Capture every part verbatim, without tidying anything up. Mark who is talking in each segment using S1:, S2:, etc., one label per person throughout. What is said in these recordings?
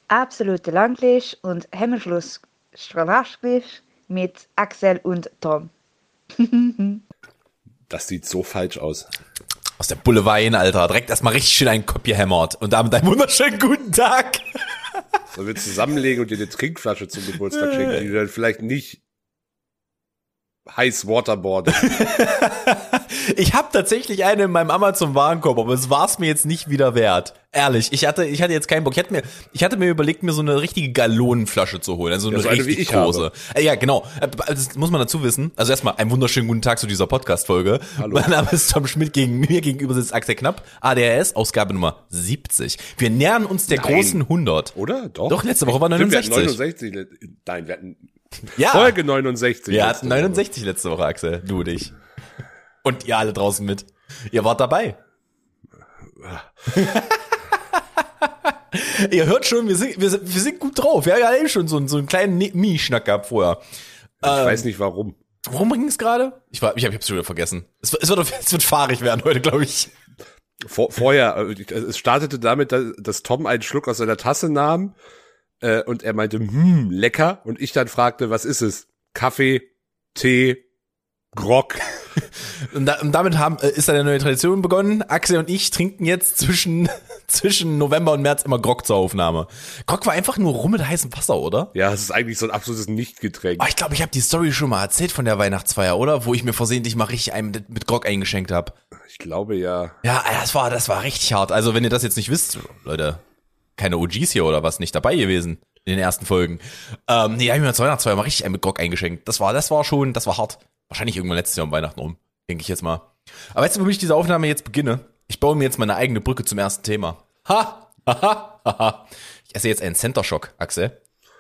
S1: Absolute Langlisch und Hemmschluss Strahlaschglisch mit Axel und Tom.
S2: Das sieht so falsch aus.
S3: Aus der Bulle Wein, Alter. Direkt erstmal richtig schön einen Kopf gehämmert. Und damit einen wunderschönen guten Tag.
S2: Sollen wir zusammenlegen und dir eine Trinkflasche zum Geburtstag schenken, die du dann vielleicht nicht heiß waterboarden.
S3: Ich habe tatsächlich eine in meinem Amazon-Warenkorb, aber es war es mir jetzt nicht wieder wert. Ehrlich, ich hatte, ich hatte jetzt keinen Bock. Ich hatte mir, ich hatte mir überlegt, mir so eine richtige Gallonenflasche zu holen, also eine
S2: ja, so eine,
S3: richtig
S2: wie ich
S3: große. Habe. Ja, genau. Das muss man dazu wissen. Also erstmal einen wunderschönen guten Tag zu dieser Podcast-Folge.
S2: Hallo.
S3: Mein Name ist Tom Schmidt, gegen mir gegenüber sitzt Axel Knapp, A D R S, Ausgabe Nummer siebzig. Wir nähern uns der
S2: Nein.
S3: großen hundert.
S2: Oder? Doch.
S3: Doch, letzte Woche war neunundsechzig.
S2: Wir hatten neunundsechzig. Nein, wir hatten
S3: ja.
S2: Folge neunundsechzig.
S3: Wir hatten neunundsechzig letzte Woche, Axel. Du und ich. Und ihr alle draußen mit. Ihr wart dabei. Ihr hört schon, wir sind, wir, sind, wir sind gut drauf. Wir haben ja eben schon so, so einen kleinen Mini-Schnack gehabt vorher.
S2: Ich
S3: ähm,
S2: weiß nicht warum.
S3: Worum ging es gerade? Ich, war, ich habe es schon wieder vergessen. Es, es, wird, es wird fahrig werden heute, glaube ich.
S2: Vor, vorher, es startete damit, dass Tom einen Schluck aus seiner Tasse nahm äh, und er meinte, hm, lecker. Und ich dann fragte, was ist es? Kaffee, Tee, Grog.
S3: Und, da, und damit haben, äh, ist eine neue Tradition begonnen. Axel und ich trinken jetzt zwischen zwischen November und März immer Grog zur Aufnahme. Grog war einfach nur Rum mit heißem Wasser, oder?
S2: Ja, es ist eigentlich so ein absolutes Nichtgetränk.
S3: Oh, ich glaube, ich habe die Story schon mal erzählt von der Weihnachtsfeier, oder? Wo ich mir versehentlich mal richtig einen mit, mit Grog eingeschenkt habe.
S2: Ich glaube, ja.
S3: Ja, das war, das war richtig hart. Also, wenn ihr das jetzt nicht wisst, Leute, keine O Gs hier oder was, nicht dabei gewesen in den ersten Folgen. Ähm, nee, hab ich mir zur Weihnachtsfeier mal richtig einen mit Grog eingeschenkt. Das war, das war schon, das war hart. Wahrscheinlich irgendwann letztes Jahr um Weihnachten rum, denke ich jetzt mal. Aber weißt du, womit ich diese Aufnahme jetzt beginne? Ich baue mir jetzt meine eigene Brücke zum ersten Thema. Ha, ha, ha, ha. Ich esse jetzt einen Center Shock, Axel.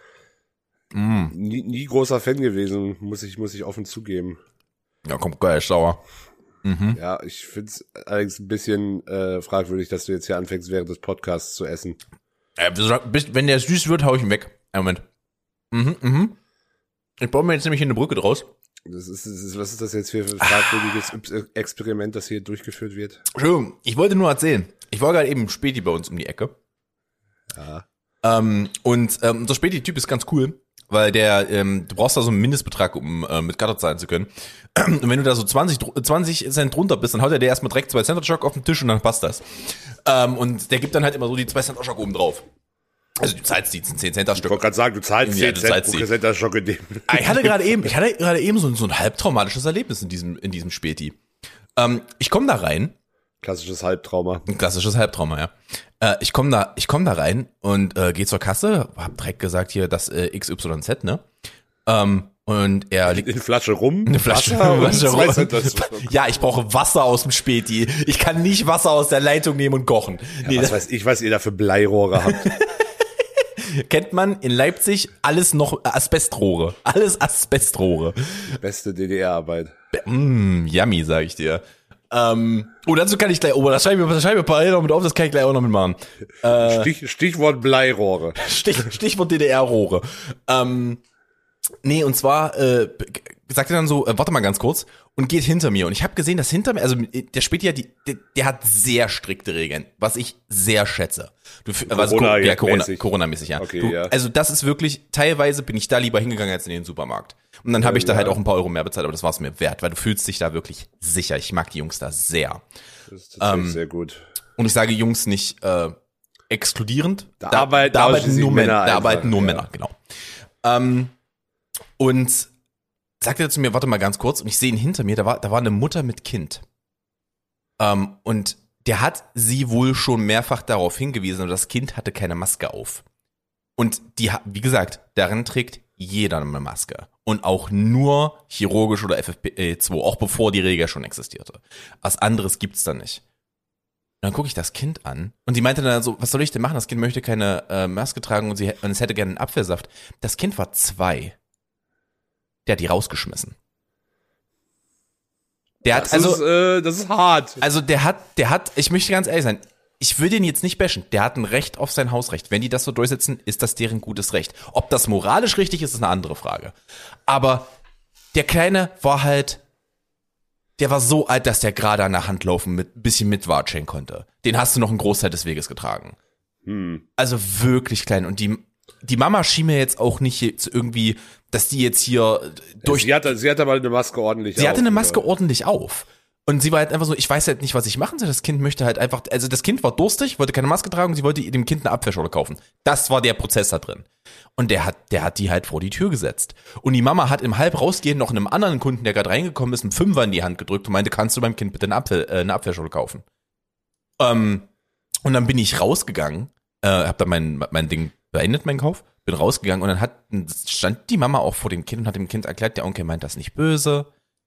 S2: Mm. Nie, nie großer Fan gewesen, muss ich, muss ich offen zugeben.
S3: Ja, kommt geil, sauer. Mhm.
S2: Ja, ich find's allerdings ein bisschen äh, fragwürdig, dass du jetzt hier anfängst, während des Podcasts zu essen.
S3: Äh, wenn der süß wird, hau ich ihn weg. Einen Moment. Mhm, mhm. Ich baue mir jetzt nämlich hier eine Brücke draus.
S2: Das ist, das ist, was ist das jetzt für ein fragwürdiges Experiment, das hier durchgeführt wird?
S3: Entschuldigung, ich wollte nur erzählen. Ich war gerade eben Späti bei uns um die Ecke.
S2: Ja.
S3: Ähm, und ähm, unser Späti-Typ ist ganz cool, weil der, ähm, du brauchst da so einen Mindestbetrag, um äh, mit Gatter zahlen zu können. Und wenn du da so zwanzig, zwanzig Cent drunter bist, dann haut er dir erstmal direkt zwei Center Shock auf den Tisch und dann passt das. Ähm, und der gibt dann halt immer so die zwei Center Shock oben drauf. Also du zahlst die zehn Cent Stück.
S2: Ich wollte gerade sagen, du zahlst
S3: ja,
S2: zehn Cent pro Center Shock in dem.
S3: Ich hatte gerade eben, ich hatte gerade eben so, so ein halb traumatisches Erlebnis in diesem, in diesem Späti. Ähm, ich komme da rein.
S2: Klassisches Halbtrauma.
S3: Ein klassisches Halbtrauma, ja. Äh, ich komme da, ich komme da rein und äh, gehe zur Kasse, hab direkt gesagt hier das äh, X Y Z, ne? Ähm, und er liegt
S2: in Flasche rum,
S3: eine Flasche,
S2: Wasser
S3: Flasche rum. Ja, ich brauche Wasser aus dem Späti. Ich kann nicht Wasser aus der Leitung nehmen und kochen.
S2: Ja,
S3: nee,
S2: was weiß ich, was ihr da für Bleirohre habt.
S3: Kennt man in Leipzig alles noch Asbestrohre. Alles Asbestrohre.
S2: Beste D D R-Arbeit.
S3: Mm, yummy, sag ich dir. Ähm, oh, dazu kann ich gleich, oh, das schreibe ich, das schreibe ich parallel noch mit auf, das kann ich gleich auch noch mitmachen. Äh,
S2: Stich, Stichwort Bleirohre.
S3: Stich, Stichwort D D R-Rohre. Ähm, nee, und zwar äh, sagt er dann so, äh, warte mal ganz kurz, und geht hinter mir. Und ich habe gesehen, dass hinter mir, also der Späti hat die, der, der hat sehr strikte Regeln, was ich sehr schätze. Du, also,
S2: Corona,
S3: ja, Corona,
S2: mäßig.
S3: Corona-mäßig, ja.
S2: Okay,
S3: du,
S2: ja.
S3: Also das ist wirklich, teilweise bin ich da lieber hingegangen als in den Supermarkt. Und dann habe ich da
S2: ja.
S3: halt auch ein paar Euro mehr bezahlt, aber das war es mir wert, weil du fühlst dich da wirklich sicher. Ich mag die Jungs da sehr.
S2: Das ist tatsächlich
S3: ähm,
S2: sehr gut.
S3: Und ich sage Jungs nicht äh, exkludierend.
S2: Da, da arbeiten,
S3: da arbeiten nur Männer. Da
S2: einfach,
S3: arbeiten nur
S2: ja.
S3: Männer, genau. Ähm, und sagte er zu mir, warte mal ganz kurz, und ich sehe ihn hinter mir, da war, da war eine Mutter mit Kind. Ähm, und der hat sie wohl schon mehrfach darauf hingewiesen, und das Kind hatte keine Maske auf. Und die, wie gesagt, darin trägt jeder eine Maske. Und auch nur chirurgisch oder F F P zwei, auch bevor die Regel schon existierte. Was anderes gibt's da nicht. Und dann gucke ich das Kind an und die meinte dann so, was soll ich denn machen? Das Kind möchte keine äh, Maske tragen und, sie, und es hätte gerne einen Apfelsaft. Das Kind war zwei. Der hat die rausgeschmissen. Der hat,
S2: das
S3: also,
S2: ist, äh, das ist hart.
S3: Also der hat, der hat, ich möchte ganz ehrlich sein, ich will den jetzt nicht bashen. Der hat ein Recht auf sein Hausrecht. Wenn die das so durchsetzen, ist das deren gutes Recht. Ob das moralisch richtig ist, ist eine andere Frage. Aber der Kleine war halt, der war so alt, dass der gerade an der Hand laufen mit bisschen mitwatscheln konnte. Den hast du noch einen Großteil des Weges getragen.
S2: Hm.
S3: Also wirklich klein. Und die, die Mama schien mir jetzt auch nicht jetzt irgendwie, dass die jetzt hier durch...
S2: Sie hatte, sie hatte mal eine Maske ordentlich
S3: Sie
S2: auf,
S3: hatte eine Maske
S2: oder?
S3: ordentlich auf. Und sie war halt einfach so, ich weiß halt nicht, was ich machen soll. Das Kind möchte halt einfach, also das Kind war durstig, wollte keine Maske tragen, sie wollte dem Kind eine Abwehrschorle kaufen. Das war der Prozess da drin. Und der hat, der hat die halt vor die Tür gesetzt. Und die Mama hat im halb rausgehen noch einem anderen Kunden, der gerade reingekommen ist, einen Fünfer in die Hand gedrückt und meinte, kannst du beim Kind bitte eine, Abwehr, äh, eine Abwehrschorle kaufen? Ähm, und dann bin ich rausgegangen, äh, hab dann mein, mein Ding beendet, meinen Kauf, bin rausgegangen und dann hat, stand die Mama auch vor dem Kind und hat dem Kind erklärt, der Onkel meint das nicht böse.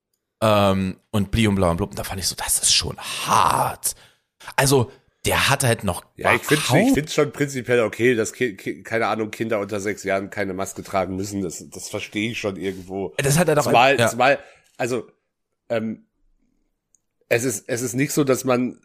S3: Ähm, und bli und bla und blub. Und da fand ich so, das ist schon hart. Also, der hat halt noch.
S2: Ja, ich finde ich finde schon prinzipiell okay, dass, ki- ki- keine Ahnung, Kinder unter sechs Jahren keine Maske tragen müssen. Das, das verstehe ich schon irgendwo.
S3: Das hat er doch.
S2: Zumal,
S3: ja.
S2: zumal, also, ähm, es ist, es ist nicht so, dass man,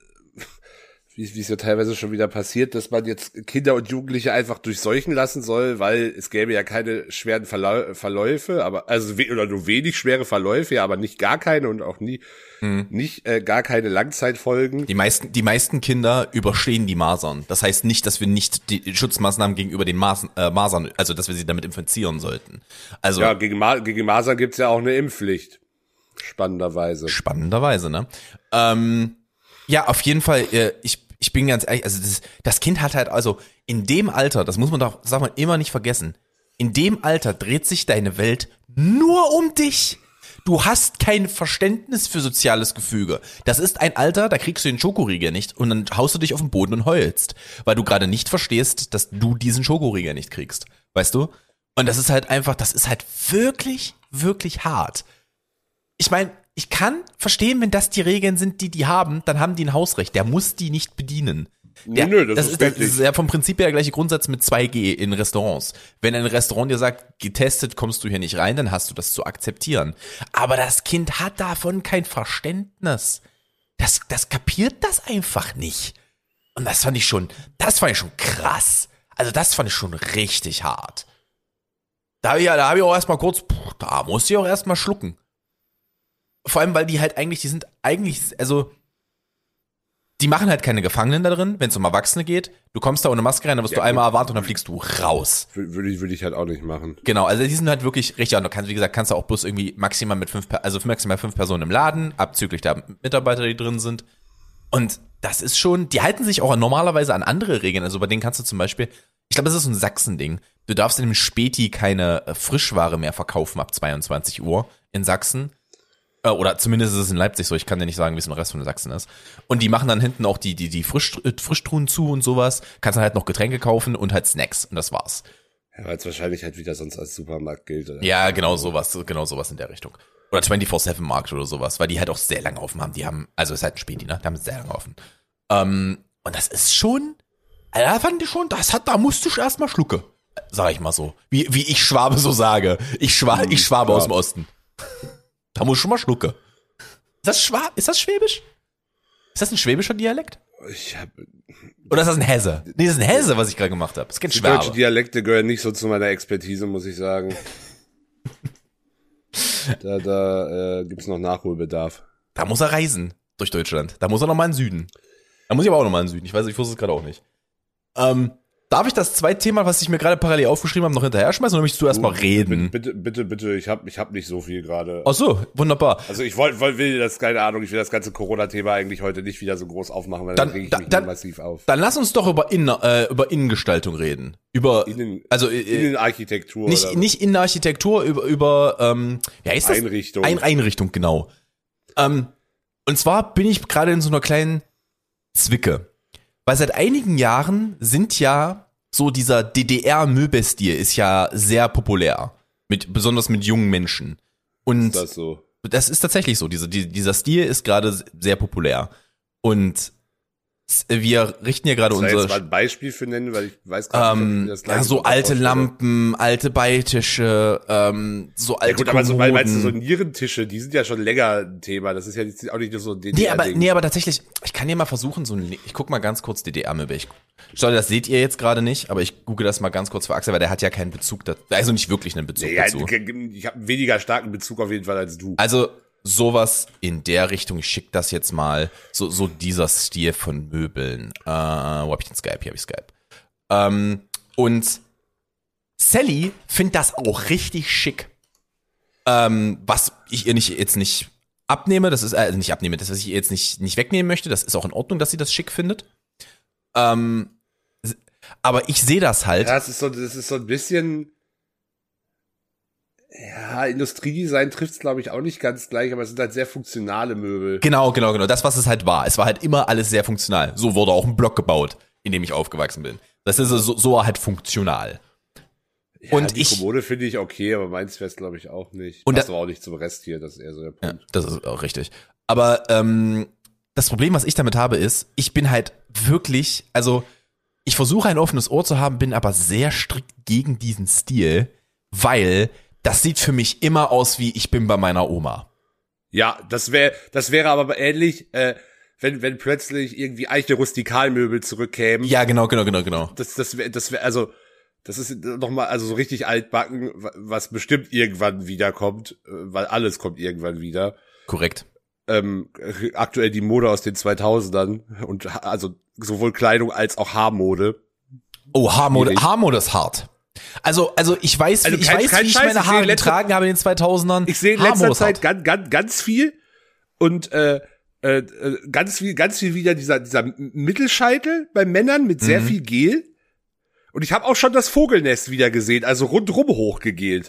S2: wie wie es ja teilweise schon wieder passiert, dass man jetzt Kinder und Jugendliche einfach durchseuchen lassen soll, weil es gäbe ja keine schweren Verlau- Verläufe, aber also we- oder nur wenig schwere Verläufe, ja, aber nicht gar keine und auch nie
S3: Mhm.
S2: nicht äh, gar keine Langzeitfolgen.
S3: Die meisten, die meisten Kinder überstehen die Masern. Das heißt nicht, dass wir nicht die Schutzmaßnahmen gegenüber den Mas- äh, Masern, also dass wir sie damit infizieren sollten. Also
S2: Ja, gegen, Ma- gegen Masern gibt's ja auch eine Impfpflicht. Spannenderweise.
S3: spannenderweise, ne? Ähm, ja, auf jeden Fall. Äh, ich ich bin ganz ehrlich, also das, das Kind hat halt also in dem Alter, das muss man doch, das darf man immer nicht vergessen. In dem Alter dreht sich deine Welt nur um dich. Du hast kein Verständnis für soziales Gefüge. Das ist ein Alter, da kriegst du den Schokoriegel nicht und dann haust du dich auf den Boden und heulst, weil du gerade nicht verstehst, dass du diesen Schokoriegel nicht kriegst. Weißt du? Und das ist halt einfach, das ist halt wirklich, wirklich hart. Ich meine, ich kann verstehen, wenn das die Regeln sind, die die haben, dann haben die ein Hausrecht. Der muss die nicht bedienen. Der,
S2: Nö, das,
S3: das,
S2: ist
S3: ist, das
S2: richtig.
S3: ist ja vom Prinzip her der gleiche Grundsatz mit zwei G in Restaurants. Wenn ein Restaurant dir sagt, getestet kommst du hier nicht rein, dann hast du das zu akzeptieren. Aber das Kind hat davon kein Verständnis. Das, das kapiert das einfach nicht. Und das fand ich schon, das fand ich schon krass. Also das fand ich schon richtig hart. Da habe ich, da hab ich auch erstmal kurz, puh, da muss ich auch erstmal schlucken. Vor allem, weil die halt eigentlich, die sind eigentlich, also die machen halt keine Gefangenen da drin, wenn es um Erwachsene geht. Du kommst da ohne Maske rein, dann wirst
S2: Ja,
S3: du einmal
S2: gut.
S3: erwartet und dann fliegst du raus.
S2: Wür- Würde ich, würde ich halt auch nicht machen.
S3: Genau, also die sind halt wirklich richtig. Und du kannst, wie gesagt, kannst du auch bloß irgendwie maximal mit fünf, Per- also maximal fünf Personen im Laden, abzüglich der Mitarbeiter, die drin sind. Und das ist schon, die halten sich auch normalerweise an andere Regeln. Also bei denen kannst du zum Beispiel, ich glaube, das ist so ein Sachsen-Ding. Du darfst in dem Späti keine äh, Frischware mehr verkaufen ab zweiundzwanzig Uhr in Sachsen. Äh, Oder zumindest ist es in Leipzig so. Ich kann dir nicht sagen, wie es im Rest von Sachsen ist. Und die machen dann hinten auch die, die, die Frisch, äh, Frischtruhen zu und sowas. Kannst dann halt noch Getränke kaufen und halt Snacks. Und das war's.
S2: Ja, weil es wahrscheinlich halt wieder sonst als Supermarkt gilt. Oder?
S3: Ja, genau sowas, genau sowas in der Richtung. Oder vierundzwanzig sieben Markt oder sowas, weil die halt auch sehr lange offen haben. Die haben, also es ist halt ein Späti, ne? Die haben sehr lange offen. Ähm, und das ist schon, also da fand ich schon, das hat, da musste ich erstmal schlucke. Sag ich mal so. Wie, wie ich Schwabe so sage. Ich Schwabe, ich Schwabe
S2: Ja.
S3: aus dem Osten. Da muss ich schon mal schlucke. Ist das Schwab, ist das Schwäbisch? Ist das ein schwäbischer Dialekt?
S2: Ich hab,
S3: Oder ist das ein Hesse? Nee, das ist ein Hesse, was ich gerade gemacht habe. Das ist kein
S2: die deutschen
S3: Schwabe.
S2: Dialekte gehören nicht so zu meiner Expertise, muss ich sagen. Da, da äh, gibt's noch Nachholbedarf.
S3: Da muss er reisen durch Deutschland. Da muss er noch mal in den Süden. Da muss ich aber auch noch mal in den Süden. Ich weiß, ich wusste es gerade auch nicht. Ähm, darf ich das zweite Thema, was ich mir gerade parallel aufgeschrieben habe, noch hinterher schmeißen oder möchtest du erstmal reden?
S2: Bitte, bitte, bitte, ich hab, ich hab nicht so viel gerade.
S3: Ach so, wunderbar.
S2: Also ich wollte, wollt, will das, keine Ahnung, ich will das ganze Corona-Thema eigentlich heute nicht wieder so groß aufmachen, weil dann,
S3: Dann-
S2: reg ich
S3: dann-
S2: mich
S3: dann-
S2: massiv auf.
S3: Dann lass uns doch über, Innen, äh, über Innengestaltung reden. Über,
S2: Innen,
S3: also äh,
S2: Innenarchitektur
S3: nicht,
S2: oder
S3: nicht Innenarchitektur, über, über ähm, ja, ist das?
S2: Einrichtung.
S3: Ein, Einrichtung, genau. Ähm, und zwar bin ich gerade in so einer kleinen Zwicke. Weil seit einigen Jahren sind ja so dieser D D R-Möbelstil ist ja sehr populär. Mit, besonders mit jungen Menschen. Und
S2: ist das so?
S3: das ist tatsächlich so. Diese, die, dieser Stil ist gerade sehr populär. Und wir richten ja gerade
S2: Soll ich jetzt mal
S3: unsere
S2: ein Beispiel für nennen, weil ich weiß gar nicht, ob ich
S3: ähm,
S2: mir das
S3: ja,
S2: gleiche
S3: so
S2: drunter
S3: alte
S2: vorstelle.
S3: Lampen, alte Beitische, ähm, so alte
S2: Ja gut, aber so, weil, meinst du, so
S3: Kommoden.
S2: Nierentische, die sind ja schon länger ein Thema. Das ist ja jetzt auch nicht nur so ein D D R-Ding.
S3: Nee, aber, nee, aber tatsächlich, ich kann dir mal versuchen, so ein, ich guck mal ganz kurz D D R-Möbel. Ich, schau, das seht ihr jetzt gerade nicht, aber ich google das mal ganz kurz für Axel, weil der hat ja keinen Bezug dazu, also nicht wirklich einen Bezug
S2: Ja,
S3: dazu.
S2: ich habe weniger starken Bezug auf jeden Fall als du.
S3: Also sowas in der Richtung, ich schick das jetzt mal, so, so dieser Stil von Möbeln. Äh, wo hab ich den Skype? Hier hab ich Skype. Ähm, und Sally findet das auch richtig schick. Ähm, was ich ihr nicht jetzt nicht abnehme, das ist äh, nicht abnehme, das was ich ihr jetzt nicht nicht wegnehmen möchte, das ist auch in Ordnung, dass sie das schick findet. Ähm, aber ich sehe das halt.
S2: Ja, das ist so, das ist so ein bisschen, ja, Industriedesign trifft's glaube ich auch nicht ganz gleich, aber es sind halt sehr funktionale Möbel.
S3: Genau, genau, genau. Das, was es halt war. Es war halt immer alles sehr funktional. So wurde auch ein Block gebaut, in dem ich aufgewachsen bin. Das ist so, so halt funktional.
S2: Ja,
S3: und
S2: die
S3: ich,
S2: Kommode finde ich okay, aber meins wäre es glaube ich auch nicht.
S3: Und
S2: Passt
S3: da-
S2: aber auch nicht zum Rest hier, das ist eher so der Punkt.
S3: ja, das ist auch richtig. Aber ähm, das Problem, was ich damit habe, ist, ich bin halt wirklich, also ich versuche ein offenes Ohr zu haben, bin aber sehr strikt gegen diesen Stil, weil das sieht für mich immer aus wie ich bin bei meiner Oma.
S2: Ja, das wäre, das wäre aber ähnlich, äh, wenn, wenn plötzlich irgendwie Eichel Rustikalmöbel zurückkämen.
S3: Ja, genau, genau, genau, genau.
S2: Das, das wäre, das wäre, also, das ist nochmal, also so richtig altbacken, was bestimmt irgendwann wiederkommt, äh, weil alles kommt irgendwann wieder.
S3: Korrekt.
S2: Ähm, aktuell die Mode aus den zweitausendern und ha- also sowohl Kleidung als auch Haarmode.
S3: Oh, Haarmode,
S2: Schwierig.
S3: Haarmode ist hart. Also, also ich weiß, wie,
S2: Also
S3: ich
S2: kein-
S3: weiß,
S2: kein
S3: wie ich
S2: Scheiß,
S3: meine
S2: ich
S3: Haare
S2: sehe letzte-
S3: getragen habe in den zweitausendern.
S2: Ich sehe in
S3: Haarmode
S2: letzter
S3: ist
S2: Zeit
S3: hart.
S2: ganz, ganz, ganz viel und äh, äh, äh, ganz viel, ganz viel wieder dieser dieser Mittelscheitel bei Männern mit sehr
S3: Mhm.
S2: viel Gel. Und ich habe auch schon das Vogelnest wieder gesehen, also rundrum hochgegelt.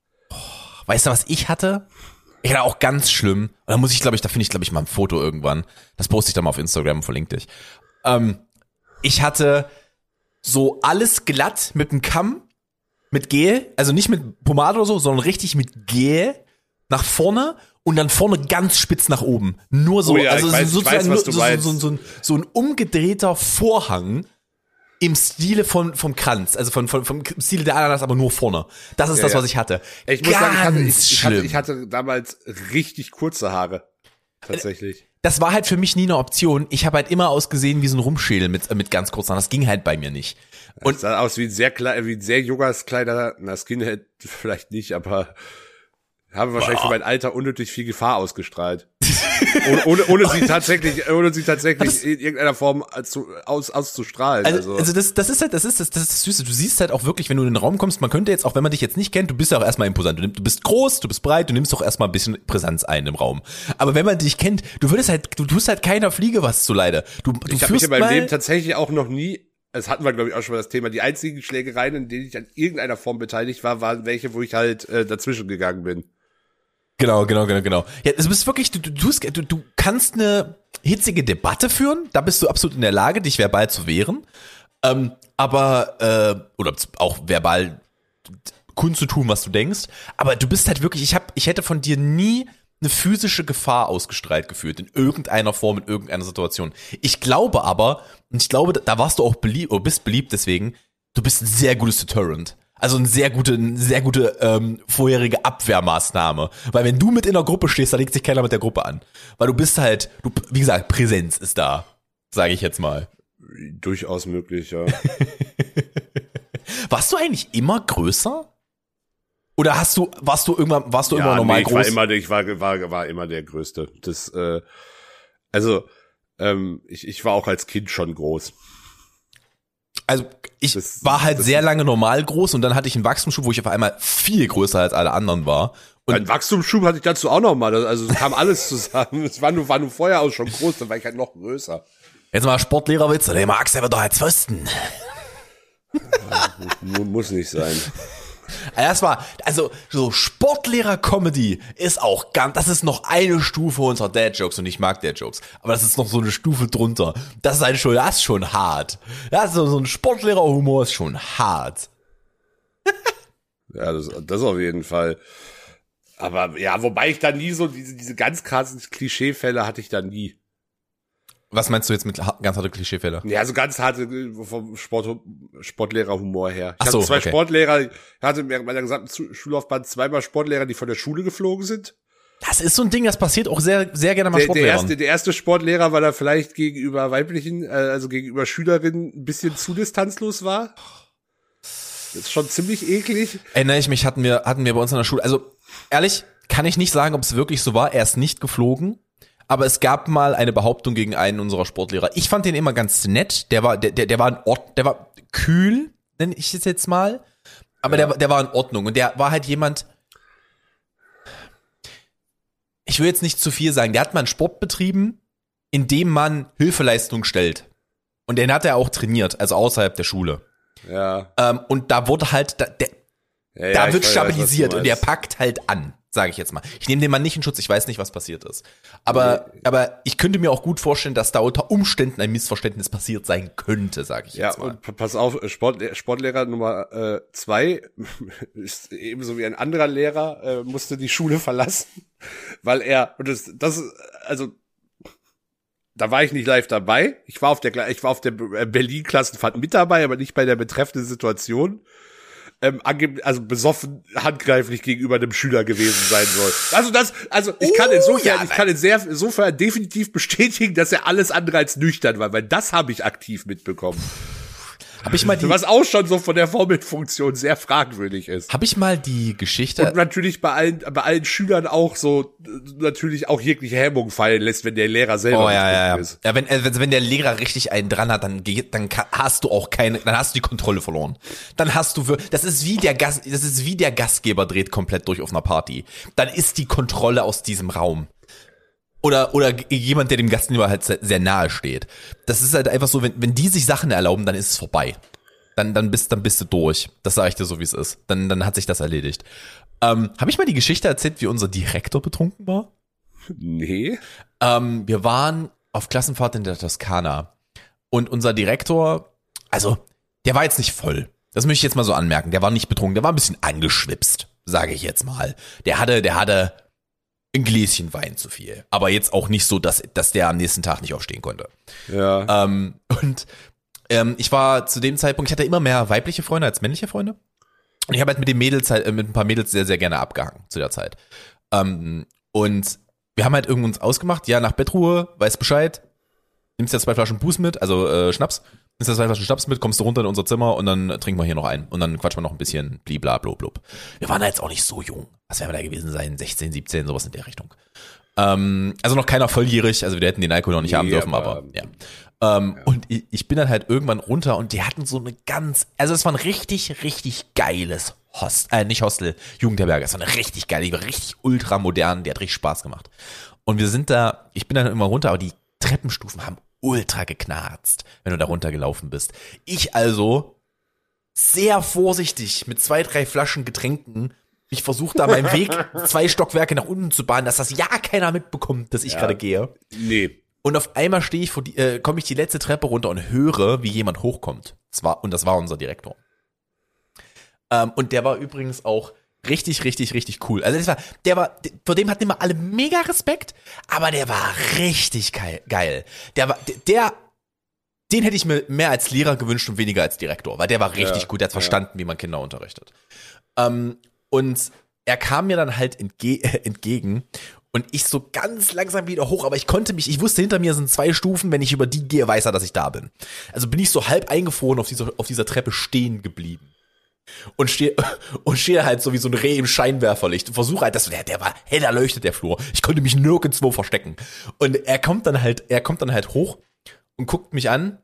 S3: Weißt du, was ich hatte? Ich hatte auch ganz schlimm. Und da muss ich, glaube ich, da finde ich, glaube ich, mal ein Foto irgendwann. Das poste ich dann mal auf Instagram und verlinke dich. Ähm, ich hatte so alles glatt mit einem Kamm, mit Gel, also nicht mit Pomade oder so, sondern richtig mit Gel nach vorne und dann vorne ganz spitz nach oben. Nur so,
S2: Oh ja,
S3: also
S2: ich weiß- ich
S3: sozusagen
S2: weiß, was
S3: nur,
S2: du
S3: so,
S2: meinst.
S3: so, so, so, ein, so ein umgedrehter Vorhang im Stile von vom Kranz, also von, von vom Stile der Ananas, aber nur vorne. Das ist
S2: Ja,
S3: das,
S2: ja.
S3: was ich hatte.
S2: Ich muss
S3: Ganz
S2: sagen, ich hatte, ich, ich, hatte,
S3: schlimm.
S2: ich hatte damals richtig kurze Haare. Tatsächlich.
S3: Das war halt für mich nie eine Option. Ich habe halt immer ausgesehen wie so ein Rumschädel mit, mit ganz kurzen Haaren. Das ging halt bei mir nicht.
S2: Und
S3: Und
S2: sah aus wie ein sehr kleiner, wie ein sehr junger, kleiner, na, Skinhead vielleicht nicht, aber habe wahrscheinlich für mein Alter unnötig viel Gefahr ausgestrahlt. ohne, ohne, ohne sie tatsächlich, ohne sie tatsächlich in irgendeiner Form als, aus, auszustrahlen.
S3: also,
S2: Also,
S3: also das, das ist halt, das ist das, das ist das Süße. Du siehst halt auch wirklich, wenn du in den Raum kommst, man könnte jetzt, auch wenn man dich jetzt nicht kennt, du bist ja auch erstmal imposant. Du, nimm- du bist groß, du bist breit, du nimmst doch erstmal ein bisschen Präsenz ein im Raum. Aber wenn man dich kennt, du würdest halt, du tust halt keiner Fliege was zuleide. Du, du
S2: ich habe mich
S3: führst
S2: in meinem
S3: mal,
S2: Leben tatsächlich auch noch nie, das hatten wir glaube ich auch schon mal das Thema, die einzigen Schlägereien, in denen ich an irgendeiner Form beteiligt war, waren welche, wo ich halt äh, dazwischen gegangen bin.
S3: Genau, genau, genau, genau. Ja, also du bist wirklich, du, du, tust- du, du kannst eine hitzige Debatte führen, da bist du absolut in der Lage, dich verbal zu wehren. Ähm, aber, äh, oder auch verbal kundzutun, was du denkst. Aber du bist halt wirklich, ich hab, ich hätte von dir nie eine physische Gefahr ausgestrahlt gefühlt, in irgendeiner Form, in irgendeiner Situation. Ich glaube aber, und ich glaube, da warst du auch beliebt, oder bist beliebt deswegen, du bist ein sehr gutes Deterrent. Also eine sehr gute, eine sehr gute ähm, vorherige Abwehrmaßnahme. Weil wenn du mit in der Gruppe stehst, da legt sich keiner mit der Gruppe an. Weil du bist halt, du, wie gesagt, Präsenz ist da, sage ich jetzt mal.
S2: Durchaus möglich, ja.
S3: Warst du eigentlich immer größer? Oder hast du, warst du irgendwann, warst du
S2: ja,
S3: immer normal
S2: nee, ich
S3: groß?
S2: war immer, ich war, war, war immer der Größte. Das, äh, also, ähm, ich, ich war auch als Kind schon groß.
S3: Also ich
S2: Das-
S3: war halt
S2: das-
S3: sehr lange normal groß und dann hatte ich einen Wachstumsschub, wo ich auf einmal viel größer als alle anderen war. Und
S2: Ein Wachstumsschub hatte ich dazu auch noch mal. Also es kam alles zusammen. Es war nur, war nur vorher auch schon groß, dann war ich halt noch größer.
S3: jetzt mal Sportlehrerwitz, der Max, der wird doch als Pfosten.
S2: Mu- Muss nicht sein.
S3: Das war, also so Sportlehrer-Comedy ist auch ganz, das ist noch eine Stufe unter Dad-Jokes und ich mag Dad-Jokes, aber das ist noch so eine Stufe drunter. Das ist halt schon, das ist schon hart. Das ist so, so ein Sportlehrer-Humor ist schon hart.
S2: Ja, das, das auf jeden Fall. Aber ja, wobei ich da nie so, diese, diese ganz krassen Klischeefälle hatte ich da nie.
S3: Was meinst du jetzt mit ha- ganz harte Klischeefälle?
S2: Ja, so ganz harte äh, vom Sport, Sportlehrerhumor her. Ich
S3: Ach so,
S2: hatte zwei
S3: okay.
S2: Sportlehrer, ich hatte während meiner gesamten Zu- Schullaufbahn zweimal Sportlehrer, die von der Schule geflogen sind.
S3: Das ist so ein Ding, das passiert auch sehr, sehr gerne mal
S2: Der, der,
S3: Sportlehrern.
S2: erste, der erste Sportlehrer, weil er vielleicht gegenüber weiblichen, äh, also gegenüber Schülerinnen ein bisschen zu distanzlos war. Das ist schon ziemlich eklig.
S3: Erinnere ich mich, hatten wir, hatten wir bei uns in der Schule, also ehrlich, kann ich nicht sagen, ob es wirklich so war, er ist nicht geflogen, aber es gab mal eine Behauptung gegen einen unserer Sportlehrer. Ich fand den immer ganz nett. Der war, der, der, der war in Ort, der war kühl, nenne ich es jetzt mal. Aber ja. der, der war in Ordnung. Und der war halt jemand, ich will jetzt nicht zu viel sagen, der hat mal einen Sport betrieben, in dem man Hilfeleistung stellt. Und den hat er auch trainiert, also außerhalb der Schule.
S2: Ja.
S3: Ähm, und da wurde halt, da, der,
S2: ja,
S3: da
S2: ja,
S3: wird
S2: weiß,
S3: stabilisiert und der packt halt an, sage ich jetzt mal. Ich nehme den Mann nicht in Schutz, ich weiß nicht, was passiert ist. Aber, nee. aber ich könnte mir auch gut vorstellen, dass da unter Umständen ein Missverständnis passiert sein könnte, sage ich
S2: ja,
S3: jetzt mal.
S2: Ja, und pass auf, Sport, Sportlehrer Nummer äh, zwei, ist ebenso wie ein anderer Lehrer, äh, musste die Schule verlassen, weil er, und das, das also, da war ich nicht live dabei. Ich war auf der, ich war auf der Berlin-Klassenfahrt mit dabei, aber nicht bei der betreffenden Situation. Ähm, angeb- also besoffen handgreiflich gegenüber einem Schüler gewesen sein soll. Also das, also ich kann
S3: Oh,
S2: insofern,
S3: ja,
S2: ich kann insofern, insofern definitiv bestätigen, dass er alles andere als nüchtern war, weil das habe ich aktiv mitbekommen.
S3: Hab ich mal die,
S2: Was auch schon so von der Vorbildfunktion sehr fragwürdig ist.
S3: Hab ich mal die Geschichte.
S2: Und natürlich bei allen, bei allen Schülern auch so, natürlich auch jegliche Hemmung fallen lässt, wenn der Lehrer selber
S3: Oh ja, ja, ja.
S2: ist.
S3: Ja, wenn, also wenn der Lehrer richtig einen dran hat, dann geht, dann hast du auch keine, dann hast du die Kontrolle verloren. Dann hast du, für, das ist wie der Gast, das ist wie der Gastgeber dreht komplett durch auf einer Party. Dann ist die Kontrolle aus diesem Raum. Oder, oder jemand, der dem Gastgeber halt sehr, sehr nahe steht. Das ist halt einfach so, wenn, wenn die sich Sachen erlauben, dann ist es vorbei. Dann, dann bist, dann bist du durch. Das sage ich dir so, wie es ist. Dann, dann hat sich das erledigt. Ähm, habe ich mal die Geschichte erzählt, wie unser Direktor betrunken war?
S2: Nee.
S3: Ähm, wir waren auf Klassenfahrt in der Toskana. Und unser Direktor, also, der war jetzt nicht voll. Das möchte ich jetzt mal so anmerken. Der war nicht betrunken, der war ein bisschen angeschwipst, sage ich jetzt mal. Der hatte, der hatte ein Gläschen Wein zu viel. Aber jetzt auch nicht so, dass, dass der am nächsten Tag nicht aufstehen konnte.
S2: Ja.
S3: Ähm, und ähm, ich war zu dem Zeitpunkt, ich hatte immer mehr weibliche Freunde als männliche Freunde. Und ich habe halt mit den Mädels, halt, mit ein paar Mädels sehr, sehr gerne abgehangen zu der Zeit. Ähm, und wir haben halt irgendwie uns ausgemacht, ja, nach Bettruhe, weißt Bescheid, nimmst ja zwei Flaschen Booze mit, also äh, Schnaps, nimmst ja zwei Flaschen Schnaps mit, kommst du runter in unser Zimmer und dann trinken wir hier noch ein. Und dann quatschen wir noch ein bisschen bliblablub. Wir waren da jetzt auch nicht so jung. Was werden wir da gewesen sein? sechzehn, siebzehn, sowas in der Richtung. Ähm, also noch keiner volljährig, also wir hätten den Alkohol noch nicht
S2: Nee,
S3: haben dürfen, aber,
S2: aber
S3: ja. Ähm,
S2: ja.
S3: Und ich, ich bin dann halt irgendwann runter und die hatten so eine ganz, also es war ein richtig, richtig geiles Hostel, äh, nicht Hostel, Jugendherberge, es war eine richtig geile, die war richtig ultramodern, die hat richtig Spaß gemacht. Und wir sind da, ich bin dann immer runter, aber die Treppenstufen haben ultra geknarzt, wenn du da runtergelaufen bist. Ich also sehr vorsichtig mit zwei, drei Flaschen Getränken, ich versuche da meinen Weg zwei Stockwerke nach unten zu bahnen, dass das ja keiner mitbekommt, dass ich
S2: Ja.
S3: gerade gehe.
S2: Nee.
S3: Und auf einmal stehe ich vor die, äh, komme ich die letzte Treppe runter und höre, wie jemand hochkommt. Das war, und das war unser Direktor. Ähm, und der war übrigens auch richtig, richtig, richtig cool. Also das war, der war, vor dem hatten immer alle mega Respekt, aber der war richtig geil. geil. Der war, der, den hätte ich mir mehr als Lehrer gewünscht und weniger als Direktor, weil der war richtig
S2: Ja,
S3: gut, der hat
S2: ja.
S3: verstanden, wie man Kinder unterrichtet. Ähm, und er kam mir dann halt entge- äh, entgegen und ich so ganz langsam wieder hoch, aber ich konnte mich, ich wusste, hinter mir sind zwei Stufen, wenn ich über die gehe, weiß er, dass ich da bin. Also bin ich so halb eingefroren auf dieser, auf dieser Treppe stehen geblieben. Und stehe und stehe halt so wie so ein Reh im Scheinwerferlicht und versuche halt, dass der, der war hell erleuchtet, der Flur. Ich konnte mich nirgendwo verstecken. Und er kommt dann halt, er kommt dann halt hoch und guckt mich an.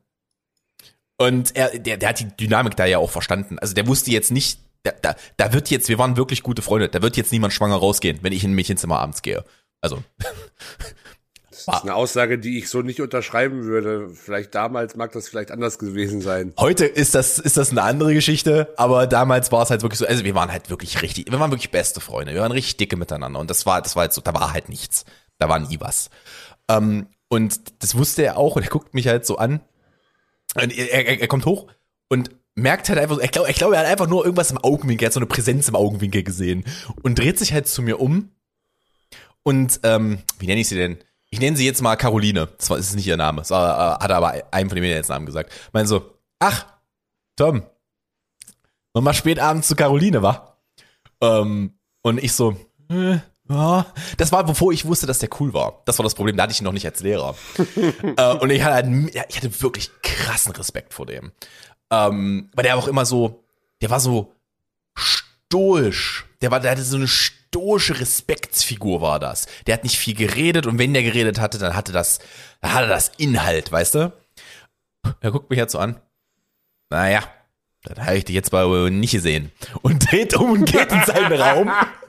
S3: Und er, der, der hat die Dynamik da ja auch verstanden. Also der wusste jetzt nicht, da, da, da wird jetzt, wir waren wirklich gute Freunde, da wird jetzt niemand schwanger rausgehen, wenn ich in ein Mädchenzimmer abends gehe. Also.
S2: Das ist eine Aussage, die ich so nicht unterschreiben würde. Vielleicht damals mag das vielleicht anders gewesen sein.
S3: Heute ist das, ist das eine andere Geschichte, aber damals war es halt wirklich so, also wir waren halt wirklich richtig, wir waren wirklich beste Freunde, wir waren richtig dicke miteinander und das war, das war halt so, da war halt nichts. Da war nie was. Ähm, und das wusste er auch und er guckt mich halt so an und er, er, er kommt hoch und merkt halt einfach, ich glaube, ich glaub, er hat einfach nur irgendwas im Augenwinkel, er hat so eine Präsenz im Augenwinkel gesehen und dreht sich halt zu mir um und, ähm, wie nenne ich sie denn? Ich nenne sie jetzt mal Caroline. Das war, das ist nicht ihr Name. Das war, hat aber einem von den Mädels Namen gesagt. Meinen so, ach, Tom, noch mal spät abends zu Caroline, wa? Ähm, und ich so, äh, ja. Das war, bevor ich wusste, dass der cool war. Das war das Problem, da hatte ich ihn noch nicht als Lehrer. äh, und ich hatte, halt, ich hatte wirklich krassen Respekt vor dem. Ähm, weil der auch immer so, der war so stoisch. Der war, der hatte so eine stoische stoische Respektsfigur war das. Der hat nicht viel geredet und wenn der geredet hatte, dann hatte das, dann hatte das Inhalt, weißt du? Er guckt mich jetzt so an. Naja, das habe ich dich jetzt mal nicht gesehen. Und dreht um und geht in seinen Raum.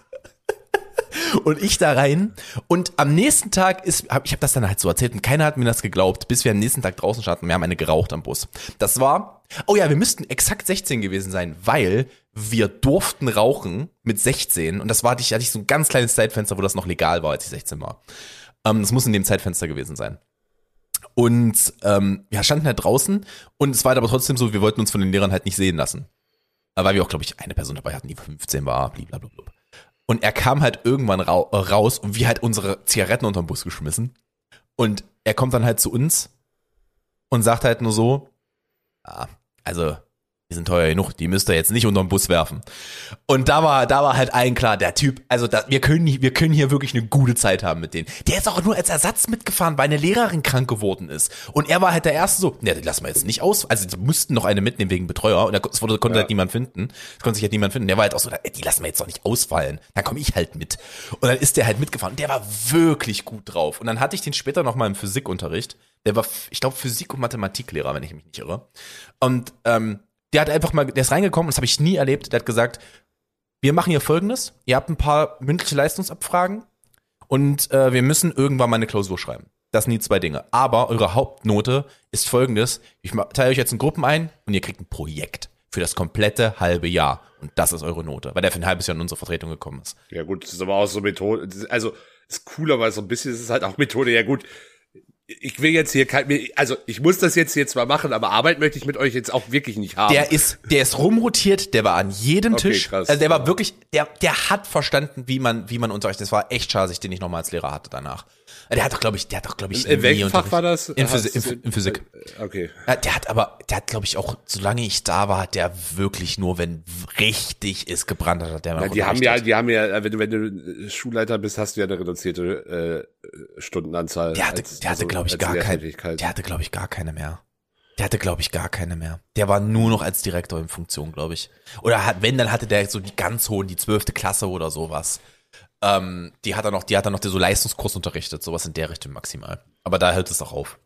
S3: Und ich da rein. Und am nächsten Tag ist, hab, ich habe das dann halt so erzählt und keiner hat mir das geglaubt, bis wir am nächsten Tag draußen standen. Wir haben eine geraucht am Bus. Das war, oh ja, wir müssten exakt sechzehn gewesen sein, weil wir durften rauchen mit sechzehn. Und das war, hatte ich, hatte ich so ein ganz kleines Zeitfenster, wo das noch legal war, als ich sechzehn war. Ähm, das muss in dem Zeitfenster gewesen sein. Und ähm, wir standen halt draußen und es war halt aber trotzdem so, wir wollten uns von den Lehrern halt nicht sehen lassen. Weil wir auch, glaube ich, eine Person dabei hatten, die fünfzehn war, blablabla. Und er kam halt irgendwann ra- raus und wir halt unsere Zigaretten unterm Bus geschmissen. Und er kommt dann halt zu uns und sagt halt nur so, ah, also, die sind teuer genug, die müsst ihr jetzt nicht unterm Bus werfen. Und da war, da war halt allen klar, der Typ, also da, wir können, wir können hier wirklich eine gute Zeit haben mit denen. Der ist auch nur als Ersatz mitgefahren, weil eine Lehrerin krank geworden ist. Und er war halt der Erste so, ne, die lassen wir jetzt nicht aus. Also die mussten noch eine mitnehmen wegen Betreuer und da es wurde, konnte ja. halt niemand finden. Es konnte sich halt niemand finden. Der war halt auch so, die lassen wir jetzt doch nicht ausfallen. Dann komme ich halt mit. Und dann ist der halt mitgefahren und der war wirklich gut drauf. Und dann hatte ich den später noch mal im Physikunterricht. Der war, ich glaube, Physik- und Mathematiklehrer, wenn ich mich nicht irre. Und ähm, der hat einfach mal, der ist reingekommen, das habe ich nie erlebt, der hat gesagt, wir machen hier Folgendes, ihr habt ein paar mündliche Leistungsabfragen und äh, wir müssen irgendwann mal eine Klausur schreiben. Das sind die zwei Dinge. Aber eure Hauptnote ist folgendes, ich teile euch jetzt in Gruppen ein und ihr kriegt ein Projekt für das komplette halbe Jahr. Und das ist eure Note, weil der für ein halbes Jahr in unsere Vertretung gekommen ist.
S2: Ja gut, das ist aber auch so Methode, also ist cooler, weil so ein bisschen ist es halt auch Methode, ja gut. Ich will jetzt hier kein, also ich muss das jetzt hier zwar machen, aber Arbeit möchte ich mit euch jetzt auch wirklich nicht haben.
S3: Der ist, der ist rumrotiert, der war an jedem
S2: Okay,
S3: Tisch.
S2: krass.
S3: Also der war wirklich, der, der hat verstanden, wie man, wie man unterrichtet. Das war echt schade, dass ich den nicht nochmal als Lehrer hatte danach. Der hat doch, glaube ich, der hat doch, glaube ich,
S2: in welchem
S3: nie
S2: Fach war das?
S3: In, Physi
S2: Hast
S3: in, in Physik.
S2: Okay.
S3: Ja, der hat aber, der hat, glaube ich, auch, solange ich da war, hat der wirklich nur, wenn richtig ist, gebrannt hat, der mal
S2: Ja, die haben ja, die haben ja, wenn du, wenn du Schulleiter bist, hast du ja eine reduzierte äh, Stundenanzahl.
S3: Der hatte,
S2: als,
S3: der hatte,
S2: also
S3: glaube ich,
S2: als
S3: gar keine,
S2: Lehrtätigkeit.
S3: der hatte, glaube ich, gar keine mehr. Der hatte, glaube ich, gar keine mehr. Der war nur noch als Direktor in Funktion, glaube ich. Oder hat, wenn, dann hatte der so die ganz hohen, die zwölfte Klasse oder sowas. Ähm, die hat er noch, die hat er noch so Leistungskurs unterrichtet, sowas in der Richtung maximal. Aber da hört es auch auf.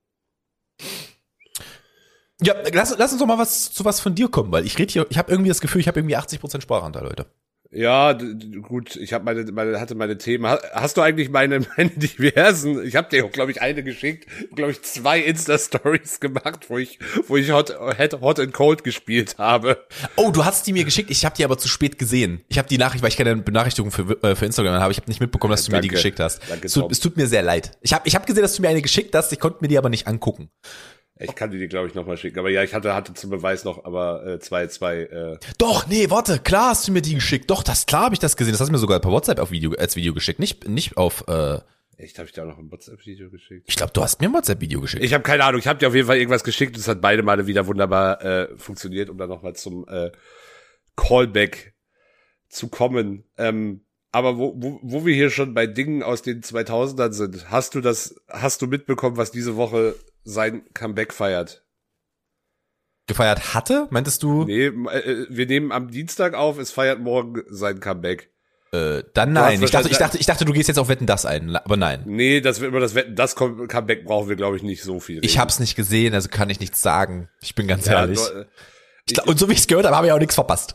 S3: Ja, lass, lass uns doch mal was zu was von dir kommen, weil ich rede hier, ich habe irgendwie das Gefühl, ich habe irgendwie achtzig Prozent Spraranteil, Leute.
S2: Ja, d- d- gut, ich habe meine, meine, hatte meine Themen. Ha- Hast du eigentlich meine, meine diversen? Ich habe dir auch, glaube ich, eine geschickt, glaube ich, zwei Insta-Stories gemacht, wo ich, wo ich Hot, Hot and Cold gespielt habe.
S3: Oh, du hast die mir geschickt, ich habe die aber zu spät gesehen. Ich habe die Nachricht, weil ich keine Benachrichtigung für, äh, für Instagram habe, ich habe nicht mitbekommen, dass du
S2: Danke.
S3: mir die geschickt hast.
S2: Danke,
S3: es, tut,
S2: Tom.
S3: es tut mir sehr leid. Ich habe ich hab gesehen, dass du mir eine geschickt hast, ich konnte mir die aber nicht angucken.
S2: Ich kann die dir, glaube ich, nochmal schicken. Aber ja, ich hatte, hatte zum Beweis noch, aber äh, zwei, zwei, äh,
S3: Doch, nee, warte, klar hast du mir die geschickt. Doch, das klar habe ich das gesehen. Das hast du mir sogar per WhatsApp auf Video, als Video geschickt, nicht, nicht auf, äh,
S2: echt, habe ich da noch ein WhatsApp-Video geschickt?
S3: ich glaube, du hast mir ein WhatsApp-Video geschickt.
S2: Ich habe keine Ahnung, ich habe dir auf jeden Fall irgendwas geschickt und es hat beide Male wieder wunderbar äh, funktioniert, um dann nochmal zum äh, Callback zu kommen. Ähm, aber wo, wo, wo wir hier schon bei Dingen aus den zweitausendern sind, hast du das, hast du mitbekommen, was diese Woche sein Comeback feiert?
S3: Gefeiert hatte, meintest du?
S2: Nee, äh, wir nehmen am Dienstag auf, es feiert morgen sein Comeback.
S3: Äh, dann
S2: Du hast
S3: nein. Ich dachte, ich
S2: wahrscheinlich-
S3: dachte, ich dachte, du gehst jetzt auf Wetten das ein, aber nein.
S2: Nee, das wird immer das Wetten, das Comeback brauchen wir, glaube ich, nicht so viel.
S3: Ich hab's nicht gesehen, also kann ich nichts sagen. Ich bin ganz
S2: Ja,
S3: ehrlich.
S2: do-
S3: Ich gla- Und so wie ich's gehört habe, habe ich auch nichts verpasst.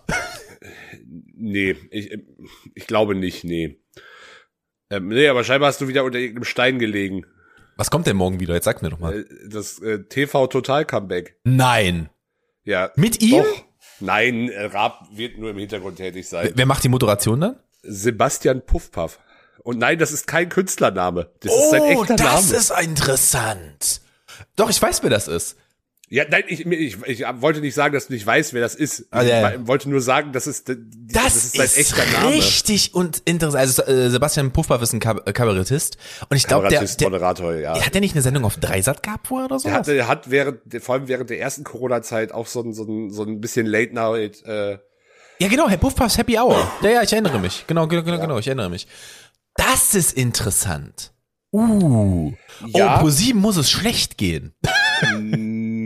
S2: Nee, ich, ich glaube nicht, nee. Ähm, nee, aber scheinbar hast du wieder unter irgendeinem Stein gelegen.
S3: Was kommt denn morgen wieder? Jetzt sag mir doch mal.
S2: Äh, Das äh, T V-Total-Comeback.
S3: Nein.
S2: Ja.
S3: Mit ihm?
S2: Doch. Nein, äh, Raab wird nur im Hintergrund tätig sein.
S3: Wer macht die Moderation dann?
S2: Sebastian Puffpaff. Und nein, das ist kein Künstlername. Das ist sein
S3: Oh,
S2: echter
S3: das
S2: Name.
S3: ist interessant. Doch, ich weiß, wer das ist.
S2: Ja, nein, ich, ich, ich wollte nicht sagen, dass du nicht weißt, wer das ist.
S3: Ah, ja, ja.
S2: Ich wollte nur sagen, das ist, das,
S3: Das,
S2: das ist sein echter Name.
S3: richtig und interessant. Also äh, Sebastian Puffpaff ist ein Kab- äh, Kabarettist und ich glaube, der,
S2: Kabarettist,
S3: der
S2: Moderator, ja.
S3: hat der nicht eine Sendung auf Dreisat gehabt vorher oder so?
S2: Er hat, er hat während, vor allem während der ersten Corona-Zeit auch so ein, so ein, so ein bisschen Late Night, äh,
S3: Ja, genau, Herr Puffpaffs Happy Hour. Ja, ja, ich erinnere mich. Genau, genau, genau, genau, ich erinnere mich. Das ist interessant. Uh.
S2: Ja.
S3: Oh, ProSieben muss es schlecht gehen.
S2: nee,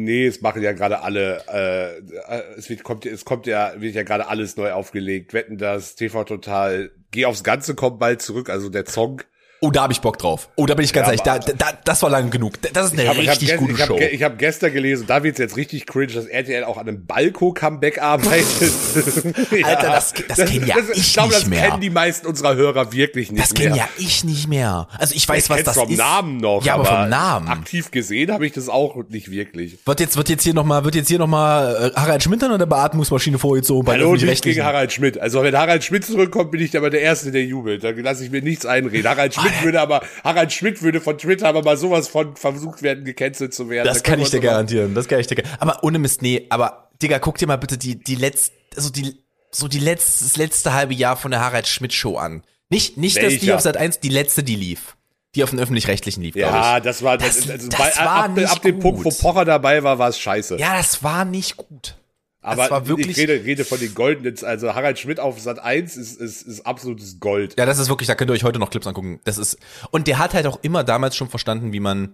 S2: nee, es machen ja gerade alle, äh, es wird, kommt, es kommt ja, wird ja gerade alles neu aufgelegt. Wetten das, T V Total, Geh aufs Ganze kommt bald zurück, also der Song.
S3: Oh, da habe ich Bock drauf. Oh, da bin ich ganz
S2: Ja,
S3: ehrlich, da, da, das war lang genug. Das ist eine
S2: Ich hab,
S3: richtig
S2: ich hab,
S3: gute
S2: ich hab,
S3: Show.
S2: Ich habe gestern gelesen, da wird's jetzt richtig cringe, dass R T L auch an einem Balko-Comeback arbeitet. Ja,
S3: Alter, das, das, das kenn ja
S2: das,
S3: ich,
S2: ich glaube,
S3: nicht
S2: das
S3: mehr.
S2: kennen die meisten unserer Hörer wirklich nicht
S3: Das
S2: mehr.
S3: kenn ja ich nicht mehr. Also ich weiß,
S2: Ich
S3: was
S2: kenn's
S3: das
S2: vom
S3: ist.
S2: Namen noch,
S3: Ja, aber vom Namen.
S2: aktiv gesehen habe ich das auch nicht wirklich.
S3: Wird jetzt, wird jetzt hier nochmal, wird jetzt hier nochmal äh, Harald Schmidt an der Beatmungsmaschine vorgezogen bei
S2: Hallo, nicht
S3: öffentlich-rechtlichen?
S2: gegen Harald Schmidt. Also wenn Harald Schmidt zurückkommt, bin ich aber der Erste, der jubelt. Da lasse ich mir nichts einreden. Harald Schmidt
S3: Oh,
S2: würde aber, Harald Schmidt würde von Twitter aber mal sowas von versucht werden, gecancelt zu werden.
S3: Das
S2: Da
S3: kann
S2: können
S3: ich dir
S2: wir uns
S3: garantieren. Das kann ich dir garantieren. Aber ohne Mist, nee, aber Digga, guck dir mal bitte die, die letzte, also die, so die letzte, das letzte halbe Jahr von der Harald Schmidt Show an. Nicht, nicht, dass die
S2: Welcher?
S3: auf Sat eins, die letzte, die lief. Die auf den öffentlich-rechtlichen lief, glaube
S2: Ja,
S3: ich.
S2: das war, das,
S3: Das-
S2: also
S3: das
S2: bei,
S3: war
S2: ab,
S3: nicht
S2: ab dem Punkt, wo
S3: gut.
S2: Pocher dabei war, war es scheiße.
S3: Ja, das war nicht gut.
S2: aber
S3: das war wirklich,
S2: ich rede, rede von den Goldenen, also Harald Schmidt auf Sat eins ist, ist, ist absolutes Gold.
S3: ja, das ist wirklich, da könnt ihr euch heute noch Clips angucken. Das ist, und der hat halt auch immer damals schon verstanden, wie man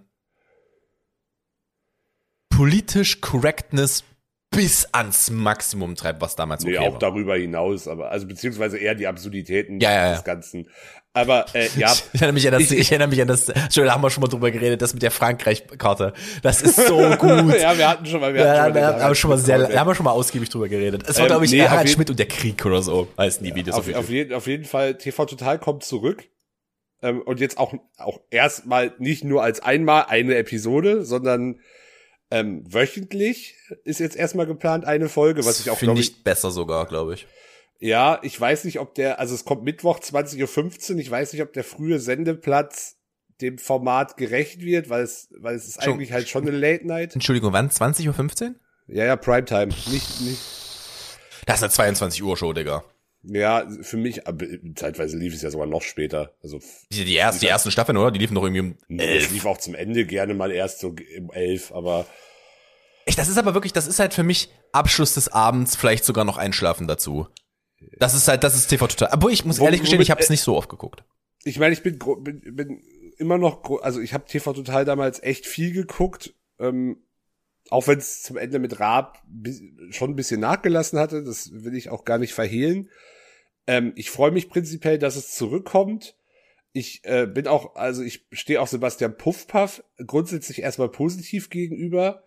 S3: politisch Correctness bis ans Maximum treibt, was damals okay
S2: Nee, auch
S3: war.
S2: darüber hinaus, aber, also beziehungsweise eher die Absurditäten
S3: Ja, ja, ja.
S2: des Ganzen. Aber, äh, ja.
S3: Ich erinnere mich an das,
S2: Ich-
S3: ich, erinnere mich an das, schon, da haben wir schon mal drüber geredet, das mit der Frankreich-Karte. Das ist so gut.
S2: Ja, wir hatten schon mal, wir
S3: Ja,
S2: hatten
S3: da,
S2: schon mal
S3: da
S2: den
S3: haben wir schon mal sehr,
S2: Harald
S3: da haben wir schon mal ausgiebig drüber geredet. Es war,
S2: Ähm,
S3: glaube ich,
S2: nee, auf
S3: Harald
S2: jeden-
S3: Schmidt und der Krieg oder so, heißen die Videos.
S2: auf, auf, jeden, auf jeden Fall, T V Total kommt zurück. Ähm, und jetzt auch, auch erstmal nicht nur als einmal eine Episode, sondern ähm, wöchentlich ist jetzt erstmal geplant eine Folge, was ich auch
S3: finde
S2: glaube
S3: ich besser sogar, glaube ich.
S2: Ja, ich weiß nicht, ob der, also es kommt Mittwoch zwanzig Uhr fünfzehn, ich weiß nicht, ob der frühe Sendeplatz dem Format gerecht wird, weil es, weil es ist
S3: Schon-
S2: eigentlich halt schon eine Late Night.
S3: Entschuldigung, wann? zwanzig Uhr fünfzehn?
S2: Ja, ja, Primetime. Nicht, nicht,
S3: Das ist eine zweiundzwanzig Uhr Show, Digga.
S2: ja, für mich, aber zeitweise lief es ja sogar noch später. Also,
S3: Die, die, erst, die ersten Staffeln, oder? Die liefen doch irgendwie um
S2: es
S3: elf.
S2: lief auch zum Ende gerne mal erst so um elf, aber
S3: Echt, das ist aber wirklich, das ist halt für mich Abschluss des Abends, vielleicht sogar noch Einschlafen dazu. Das ist halt, das ist T V Total. Aber ich muss
S2: Wo-
S3: ehrlich gestehen,
S2: womit-
S3: ich habe es nicht so oft geguckt.
S2: ich meine, ich bin, gro- bin, bin immer noch, gro- also ich habe T V Total damals echt viel geguckt, ähm, auch wenn es zum Ende mit Raab bis, schon ein bisschen nachgelassen hatte, das will ich auch gar nicht verhehlen. Ähm, ich freue mich prinzipiell, dass es zurückkommt. Ich äh, bin auch, also ich stehe auch Sebastian Puffpaff grundsätzlich erstmal positiv gegenüber.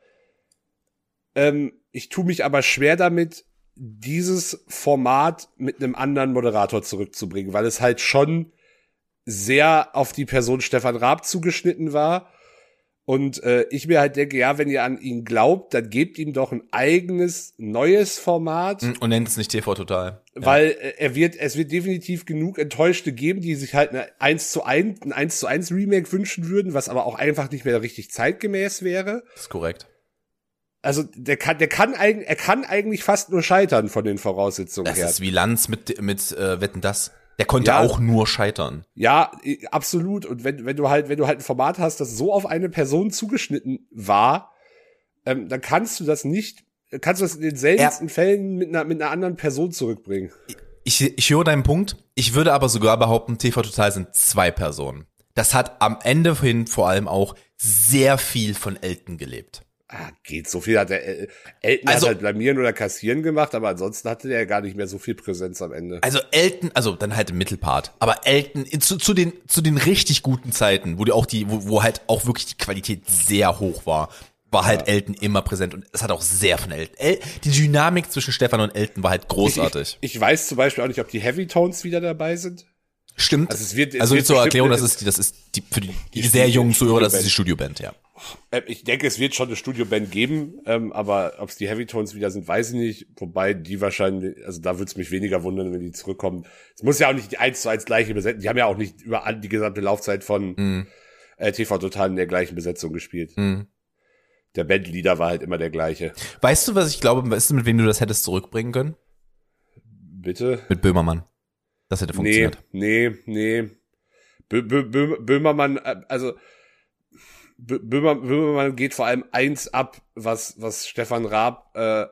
S2: Ähm, ich tue mich aber schwer damit, dieses Format mit einem anderen Moderator zurückzubringen, weil es halt schon sehr auf die Person Stefan Raab zugeschnitten war. Und äh, ich mir halt denke, ja, wenn ihr an ihn glaubt, dann gebt ihm doch ein eigenes, neues Format,
S3: Und nennt es nicht T V Total.
S2: weil äh, er wird, es wird definitiv genug Enttäuschte geben, die sich halt eine eins zu eins, ein eins zu eins Remake wünschen würden, was aber auch einfach nicht mehr richtig zeitgemäß wäre.
S3: Das ist korrekt.
S2: Also der kann, der kann eigentlich, er kann eigentlich fast nur scheitern von den Voraussetzungen
S3: Das
S2: her.
S3: ist wie Lanz mit, mit äh, Wetten, das. Der konnte
S2: Ja.
S3: auch nur scheitern.
S2: Ja, i- absolut. Und wenn, wenn du halt, wenn du halt ein Format hast, das so auf eine Person zugeschnitten war, ähm, dann kannst du das nicht, kannst du das in den seltensten Fällen mit einer, mit einer anderen Person zurückbringen.
S3: Ich, ich höre deinen Punkt. Ich würde aber sogar behaupten, T V Total sind zwei Personen. Das hat am Ende hin vor allem auch sehr viel von Elton gelebt.
S2: Ah, geht. So viel hat der El Elton
S3: Also-
S2: hat halt blamieren oder kassieren gemacht, aber ansonsten hatte der ja gar nicht mehr so viel Präsenz am Ende.
S3: Also Elton, also dann halt im Mittelpart, aber Elton zu, zu den zu den richtig guten Zeiten, wo die auch die wo, wo halt auch wirklich die Qualität sehr hoch war, war halt Elton immer präsent und es hat auch sehr von Elton. El die Dynamik zwischen Stefan und Elton war halt großartig.
S2: Ich, ich weiß zum Beispiel auch nicht, ob die Heavy Tones wieder dabei sind.
S3: Stimmt.
S2: Also es wird- es
S3: also
S2: wird
S3: zur
S2: bestimmt
S3: Erklärung,
S2: eine-
S3: das ist die, das ist die für die, die
S2: Die
S3: sehr
S2: Studio-
S3: jungen Zuhörer, das ist
S2: Studioband.
S3: die Studioband, ja.
S2: Ähm, Ich denke, es wird schon eine Studioband geben, ähm, aber ob es die Heavy Tones wieder sind, weiß ich nicht. Wobei die wahrscheinlich, also da würde es mich weniger wundern, wenn die zurückkommen. Es muss ja auch nicht die eins zu eins gleiche besetzen. Die haben ja auch nicht über an- die gesamte Laufzeit von
S3: Mhm.
S2: äh, T V Total in der gleichen Besetzung gespielt.
S3: Mhm.
S2: Der Bandleader war halt immer der gleiche.
S3: Weißt du, was ich glaube, weißt du, mit wem du das hättest zurückbringen können?
S2: Bitte?
S3: Mit Böhmermann. Das hätte
S2: Nee,
S3: funktioniert.
S2: nee, nee. Bö Bö Bö Böhmermann, äh, also Bö Böhmer Böhmermann geht vor allem eins ab, was was Stefan Raab äh,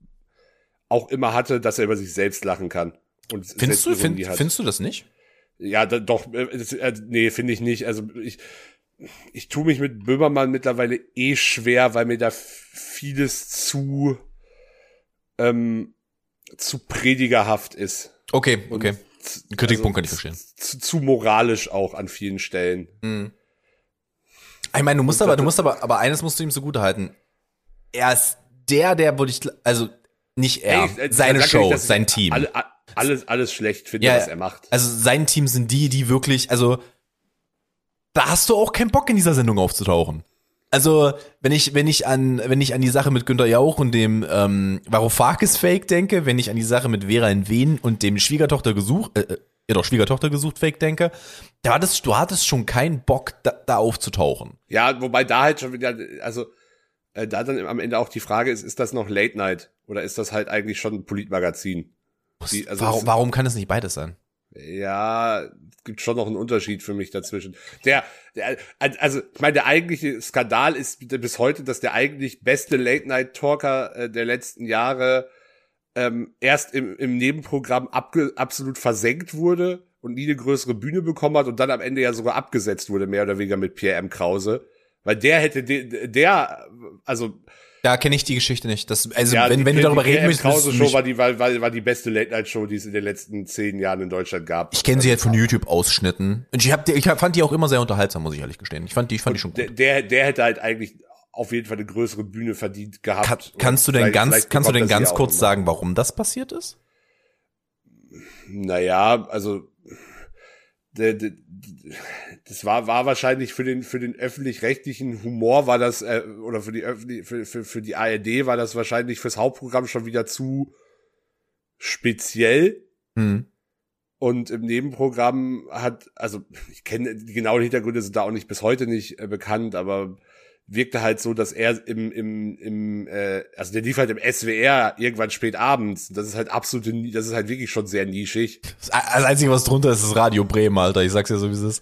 S2: auch immer hatte, dass er über sich selbst lachen kann. Und
S3: Findest du,
S2: Selbstironie
S3: find,
S2: hat.
S3: findest du das nicht?
S2: Ja, da, doch, äh, das, äh, nee, finde ich nicht. Also ich, ich tue mich mit Böhmermann mittlerweile eh schwer, weil mir da vieles zu ähm, zu predigerhaft ist.
S3: Okay, okay.
S2: Und,
S3: Kritikpunkt
S2: also,
S3: kann ich verstehen.
S2: Zu, zu moralisch auch an vielen Stellen.
S3: Mhm. Ich meine, du musst aber, du musst aber, aber eines musst du ihm zugute halten. Er ist der, der würde ich, also nicht er,
S2: Ey,
S3: seine
S2: sag
S3: Show,
S2: nicht,
S3: sein Team.
S2: Alle, alles, alles schlecht finde,
S3: ja,
S2: was er macht.
S3: Also sein Team sind die, die wirklich, also da hast du auch keinen Bock in dieser Sendung aufzutauchen. Also wenn ich, wenn ich an, wenn ich an die Sache mit Günther Jauch und dem ähm, Varoufakis-Fake denke, wenn ich an die Sache mit Vera in Wien und dem Schwiegertochter gesucht, äh, ja doch Schwiegertochter gesucht Fake denke, da hattest du hattest schon keinen Bock da, da aufzutauchen.
S2: Ja, wobei da halt schon wieder, also äh, da dann am Ende auch die Frage ist, ist das noch Late Night oder ist das halt eigentlich schon ein Politmagazin? Die, also
S3: warum,
S2: es,
S3: warum kann es nicht beides sein?
S2: Ja, es gibt schon noch einen Unterschied für mich dazwischen. Der, der also ich meine, der eigentliche Skandal ist bis heute, dass der eigentlich beste Late-Night-Talker äh, der letzten Jahre ähm, erst im, im Nebenprogramm abge, absolut versenkt wurde und nie eine größere Bühne bekommen hat und dann am Ende ja sogar abgesetzt wurde, mehr oder weniger mit Pierre M. Krause. Weil der hätte, de, der, also
S3: Da kenne ich die Geschichte nicht. Das, also
S2: ja,
S3: wenn,
S2: die,
S3: wenn du darüber
S2: die
S3: reden möchtest,
S2: Krause
S3: müsstest
S2: Show
S3: du
S2: war
S3: mich,
S2: die, war, war, war die beste Late-Night-Show, die es in den letzten zehn Jahren in Deutschland gab.
S3: ich kenne sie halt von YouTube-Ausschnitten. Und ich, hab, die- ich fand die auch immer sehr unterhaltsam, muss ich ehrlich gestehen. Ich fand die, ich fand die schon
S2: Der,
S3: gut.
S2: der, der hätte halt eigentlich auf jeden Fall eine größere Bühne verdient gehabt.
S3: Kann, kannst du denn
S2: Vielleicht-
S3: ganz,
S2: vielleicht
S3: kannst du
S2: bekommt
S3: denn
S2: das
S3: ganz
S2: hier auch
S3: kurz
S2: immer.
S3: sagen, warum das passiert ist?
S2: Naja, also der, der, das war war wahrscheinlich für den für den öffentlich-rechtlichen Humor war das äh, oder für die öffentlich für, für für die A R D war das wahrscheinlich fürs Hauptprogramm schon wieder zu speziell.
S3: Hm.
S2: Und im Nebenprogramm hat, also ich kenne die genauen Hintergründe sind da auch nicht bis heute nicht äh, bekannt, aber wirkte halt so, dass er im im im äh, also der lief halt im S W R irgendwann spät abends. Das ist halt absolute, Ni- das ist halt wirklich schon sehr nischig.
S3: Das Einzige, was drunter ist, ist Radio Bremen, Alter. Ich sag's ja so, wie es ist.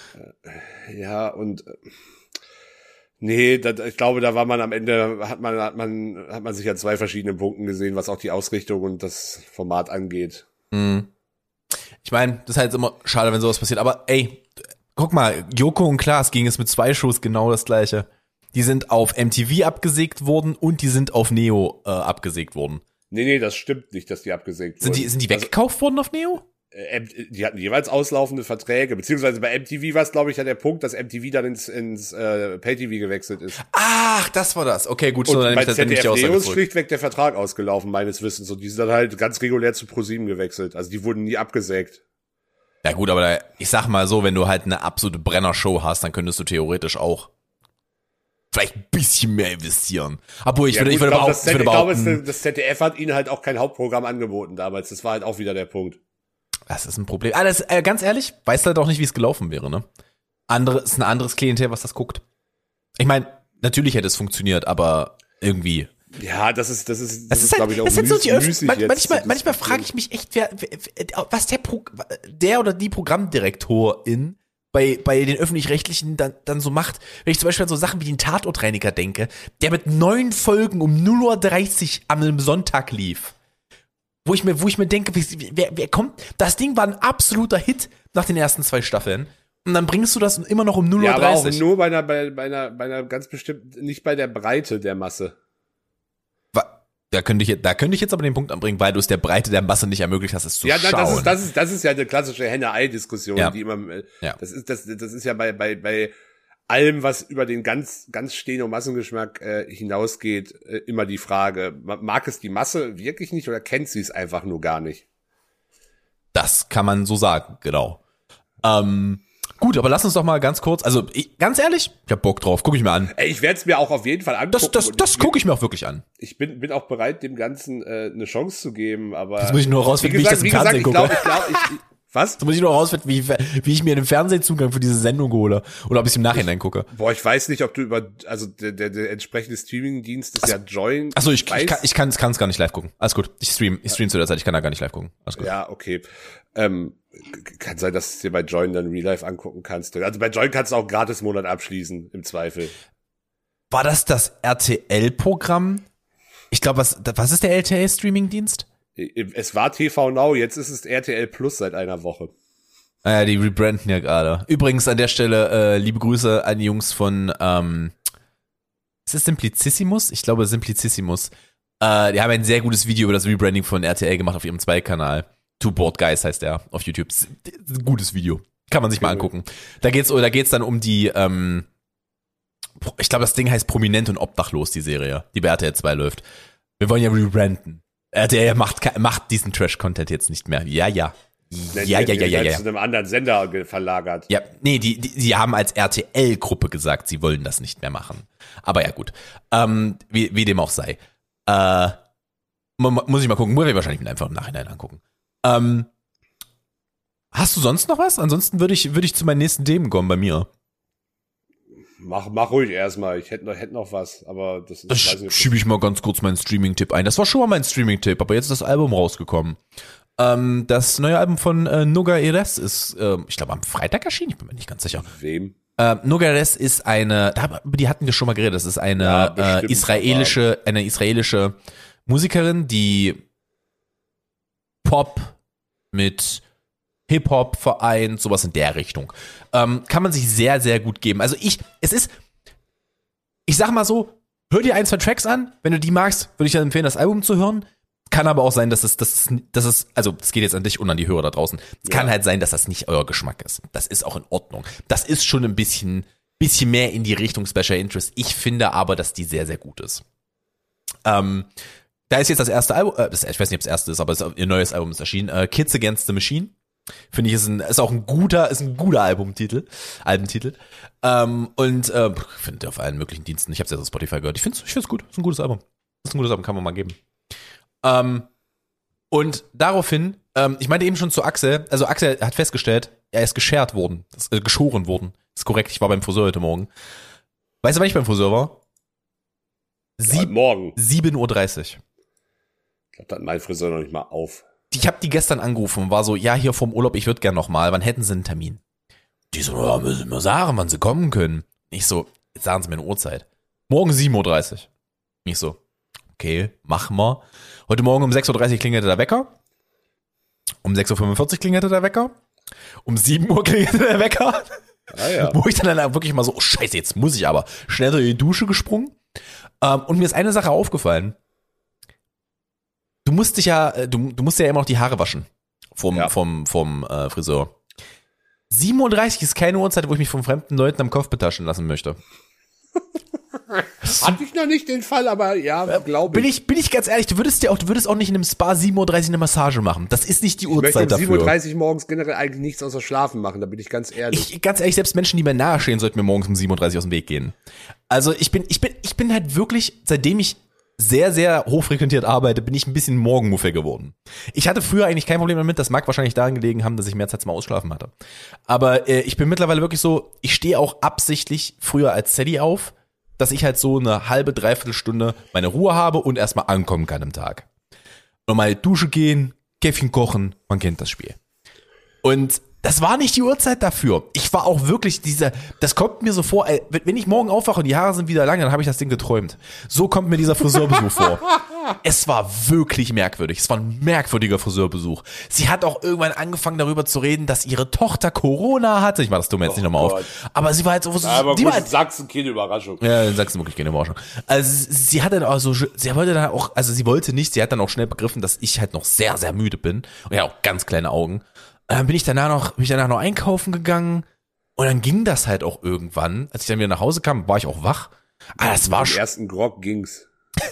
S2: Ja, und äh, nee, da, ich glaube, da war man am Ende, hat man, hat man, hat man sich an zwei verschiedenen Punkten gesehen, was auch die Ausrichtung und das Format angeht.
S3: Hm. Ich meine, das ist halt immer schade, wenn sowas passiert. Aber ey, guck mal, Joko und Klaas ging es mit zwei Shows genau das Gleiche. Die sind auf M T V abgesägt worden und die sind auf Neo äh, abgesägt worden.
S2: Nee, nee, das stimmt nicht, dass die abgesägt
S3: Sind
S2: wurden.
S3: die, sind die weggekauft worden auf Neo?
S2: Äh, M- die hatten jeweils auslaufende Verträge, beziehungsweise bei M T V war es, glaube ich, ja der Punkt, dass M T V dann ins, ins äh, Pay-T V gewechselt ist.
S3: Ach, das war das. Okay, gut,
S2: Und
S3: so, dann
S2: bei
S3: nehme ich das- dann
S2: Z D
S3: nehme ich die
S2: F
S3: Aussage
S2: Neo ist
S3: zurück.
S2: schlichtweg der Vertrag ausgelaufen, meines Wissens. Und die sind dann halt ganz regulär zu ProSieben gewechselt. Also die wurden nie abgesägt.
S3: Ja gut, aber da, ich sag mal so, wenn du halt eine absolute Brenner-Show hast, dann könntest du theoretisch auch vielleicht ein bisschen mehr investieren. Obwohl, ich
S2: Ja,
S3: würde,
S2: gut,
S3: ich würde
S2: glaub,
S3: behaupten,
S2: das,
S3: ich würde
S2: Z- ich glaube,
S3: behaupten,
S2: es- das Z D F hat ihnen halt auch kein Hauptprogramm angeboten damals. Das war halt auch wieder der Punkt.
S3: das ist ein Problem. Ah, das, äh, ganz ehrlich, weiß halt auch nicht, wie es gelaufen wäre, ne? Andere, ist ein anderes Klientel, was das guckt. Ich meine, natürlich hätte es funktioniert, aber irgendwie.
S2: Ja, das ist, das ist,
S3: Das,
S2: das
S3: ist halt,
S2: glaube ich, auch
S3: das ist halt so
S2: müß-
S3: die Öff
S2: müßig
S3: man,
S2: jetzt
S3: manchmal,
S2: zu
S3: manchmal
S2: diskutieren.
S3: frage ich mich echt, wer, wer, was der Pro, der oder die Programmdirektorin bei, bei den Öffentlich-Rechtlichen dann, dann so macht. Wenn ich zum Beispiel an so Sachen wie den Tatortreiniger denke, der mit neun Folgen um null Uhr dreißig am einem Sonntag lief. Wo ich mir, wo ich mir denke, wie- wer, wer kommt? Das Ding war ein absoluter Hit nach den ersten zwei Staffeln. Und dann bringst du das immer noch um null Uhr
S2: Ja, aber auch
S3: dreißig.
S2: nur bei einer, bei, bei einer, bei einer ganz bestimmt, nicht bei der Breite der Masse.
S3: Da könnte ich, da könnte ich jetzt aber den Punkt anbringen, weil du es der Breite der Masse nicht ermöglicht hast, es zu
S2: Ja,
S3: schauen.
S2: das ist, das ist, das ist ja eine klassische Henne-Ei-Diskussion,
S3: Ja.
S2: die immer, äh,
S3: Ja.
S2: das ist, das, das ist ja bei, bei, bei allem, was über den ganz, ganz stehenden Massengeschmack äh, hinausgeht, äh, immer die Frage, ma- mag es die Masse wirklich nicht oder kennt sie es einfach nur gar nicht?
S3: Das kann man so sagen, genau. Ähm, gut, aber lass uns doch mal ganz kurz, also ich, ganz ehrlich, ich hab Bock drauf, guck ich mir an.
S2: Ey, ich werde es mir auch auf jeden Fall angucken.
S3: Das, das,
S2: und
S3: das
S2: ich,
S3: gucke ich mir auch wirklich an.
S2: ich bin, bin auch bereit, dem Ganzen äh, eine Chance zu geben, aber
S3: Jetzt muss ich nur rausfinden, wie ich das im Fernsehen
S2: ich
S3: gucke.
S2: glaube, ich glaube, ich, ich, was?
S3: Jetzt muss ich nur rausfinden, wie, wie ich mir den Fernsehzugang für diese Sendung hole. Oder ob ich es im Nachhinein gucke.
S2: Boah, ich weiß nicht, ob du über, also der, der, der entsprechende Streaming-Dienst ist ja Join.
S3: Achso, ich,
S2: weiß,
S3: ich kann ich kann's, kann's gar nicht live gucken. Alles gut. Ich stream, ich stream zu der Zeit, ich kann da gar nicht live gucken. Alles gut.
S2: Ja, okay. Ähm, k- kann sein, dass du dir bei Join dann Real Life angucken kannst. Also bei Join kannst du auch einen Gratis-Monat abschließen, im Zweifel.
S3: War das das R T L-Programm? Ich glaube, was, was ist der L T L-Streaming-Dienst?
S2: Es war T V Now, jetzt ist es R T L Plus seit einer Woche.
S3: Naja, die rebranden ja gerade. Übrigens an der Stelle äh, liebe Grüße an die Jungs von, ähm, ist es Simplicissimus? Ich glaube Simplicissimus. Äh, die haben ein sehr gutes Video über das Rebranding von R T L gemacht auf ihrem Zweitkanal. Two Board Guys heißt der auf YouTube. Ein gutes Video. Kann man sich mal angucken. Da geht's, da geht's dann um die, ähm, ich glaube, das Ding heißt Prominent und Obdachlos, die Serie, die bei R T L zwei läuft. Wir wollen ja rebranden. R T L macht, macht diesen Trash-Content jetzt nicht mehr. Ja, ja. Ja, ja, ja, ja, ja, ja.
S2: Zu einem anderen Sender verlagert.
S3: Ja, nee, die, die, die haben als R T L-Gruppe gesagt, sie wollen das nicht mehr machen. Aber ja, gut. Ähm, wie, wie dem auch sei. Äh, muss ich mal gucken, muss ich wahrscheinlich einfach im Nachhinein angucken. Ähm, hast du sonst noch was? Ansonsten würde ich, würde ich zu meinen nächsten Themen kommen bei mir.
S2: Mach, mach ruhig erstmal. Ich hätte noch, hätte noch was, aber das ist.
S3: Sch- nicht, schiebe ich mal ganz kurz meinen Streaming-Tipp ein. Das war schon mal mein Streaming-Tipp, aber jetzt ist das Album rausgekommen. Ähm, das neue Album von äh, Nogaires ist, äh, ich glaube, am Freitag erschienen. Ich bin mir nicht ganz sicher.
S2: Wem?
S3: Äh, Nogaires ist eine, da, über die hatten wir schon mal geredet. Das ist eine
S2: ja, bestimmt,
S3: äh, israelische, eine israelische Musikerin, die Pop mit Hip-Hop vereint, sowas in der Richtung. Ähm, kann man sich sehr, sehr gut geben. Also ich, es ist, ich sag mal so, hör dir ein, zwei Tracks an. Wenn du die magst, würde ich dir empfehlen, das Album zu hören. Kann aber auch sein, dass es, dass es, dass es, also das geht jetzt an dich und an die Hörer da draußen. Es ja. kann halt sein, dass das nicht euer Geschmack ist. Das ist auch in Ordnung. Das ist schon ein bisschen, bisschen mehr in die Richtung Special Interest. Ich finde aber, dass die sehr, sehr gut ist. Ähm, da ist jetzt das erste Album, äh, ich weiß nicht, ob das erste ist, aber es ist, ihr neues Album ist erschienen. Äh, Kids Against the Machine. Finde ich, ist ein, ist auch ein guter, ist ein guter Albumtitel, Albentitel. Ähm, und, äh, findet ihr auf allen möglichen Diensten. Ich hab's jetzt auf Spotify gehört. Ich find's, ich find's gut. Ist ein gutes Album. Ist ein gutes Album, kann man mal geben. Ähm, und daraufhin, ähm, ich meinte eben schon zu Axel, also Axel hat festgestellt, er ist geschert worden, ist, äh, geschoren worden. Das ist korrekt, ich war beim Friseur heute Morgen. Weißt du, wann ich beim Friseur war? Sieb-
S2: ja, morgen.
S3: sieben Uhr dreißig.
S2: Ich glaube, da hat mein Friseur noch nicht mal auf.
S3: Ich habe die gestern angerufen und war so, ja, hier vom Urlaub, ich würde gern noch mal, wann hätten sie einen Termin? Die so, ja, müssen wir sagen, wann sie kommen können. Ich so, jetzt sagen sie mir eine Uhrzeit. Morgen sieben Uhr dreißig. Ich so, okay, machen wir. Heute Morgen um sechs Uhr dreißig klingelte der Wecker. Um sechs Uhr fünfundvierzig klingelte der Wecker. Um sieben Uhr klingelte der Wecker.
S2: Ah, ja.
S3: Wo ich dann, dann wirklich mal so, oh scheiße, jetzt muss ich aber schnell in die Dusche gesprungen. Ähm, und mir ist eine Sache aufgefallen. Du musst dich ja, du, du musst ja immer noch die Haare waschen. Vom, ja. vom, vom äh, Friseur. sieben Uhr dreißig ist keine Uhrzeit, wo ich mich von fremden Leuten am Kopf betaschen lassen möchte.
S2: Hatte ich noch nicht den Fall, aber ja, glaube
S3: bin ich. Bin ich ganz ehrlich, du würdest dir auch, du würdest auch nicht in einem Spa sieben Uhr dreißig eine Massage machen. Das ist nicht die
S2: ich
S3: Uhrzeit
S2: möchte um
S3: dafür.
S2: sieben Uhr dreißig morgens generell eigentlich nichts außer schlafen machen, da bin ich ganz ehrlich.
S3: Ich, ganz ehrlich, selbst Menschen, die mir nahestehen, sollten mir morgens um sieben Uhr dreißig aus dem Weg gehen. Also ich bin, ich bin, ich bin halt wirklich, seitdem ich sehr, sehr hochfrequentiert arbeite, bin ich ein bisschen Morgenmuffel geworden. Ich hatte früher eigentlich kein Problem damit, das mag wahrscheinlich daran gelegen haben, dass ich mehr Zeit zum Ausschlafen hatte. Aber äh, ich bin mittlerweile wirklich so, ich stehe auch absichtlich früher als Sadie auf, dass ich halt so eine halbe, dreiviertel Stunde meine Ruhe habe und erstmal ankommen kann im Tag. Nochmal Dusche gehen, Käffchen kochen, man kennt das Spiel. Und das war nicht die Uhrzeit dafür. Ich war auch wirklich dieser, das kommt mir so vor, ey, wenn ich morgen aufwache und die Haare sind wieder lang, dann habe ich das Ding geträumt. So kommt mir dieser Friseurbesuch vor. Es war wirklich merkwürdig. Es war ein merkwürdiger Friseurbesuch. Sie hat auch irgendwann angefangen darüber zu reden, dass ihre Tochter Corona hatte. Ich mach das tun wir jetzt oh nicht nochmal auf. Aber sie war halt so,
S2: ja, aber
S3: die
S2: gut,
S3: war halt,
S2: in Sachsen keine Überraschung.
S3: Ja, in Sachsen wirklich keine Überraschung. Also sie hat dann auch so, sie wollte dann auch, also sie wollte nicht, sie hat dann auch schnell begriffen, dass ich halt noch sehr, sehr müde bin. Und ja, auch ganz kleine Augen. Dann bin ich danach noch, bin ich danach noch einkaufen gegangen und dann ging das halt auch irgendwann. Als ich dann wieder nach Hause kam, war ich auch wach. Ah, das war schon.
S2: Im ersten Grog ging's.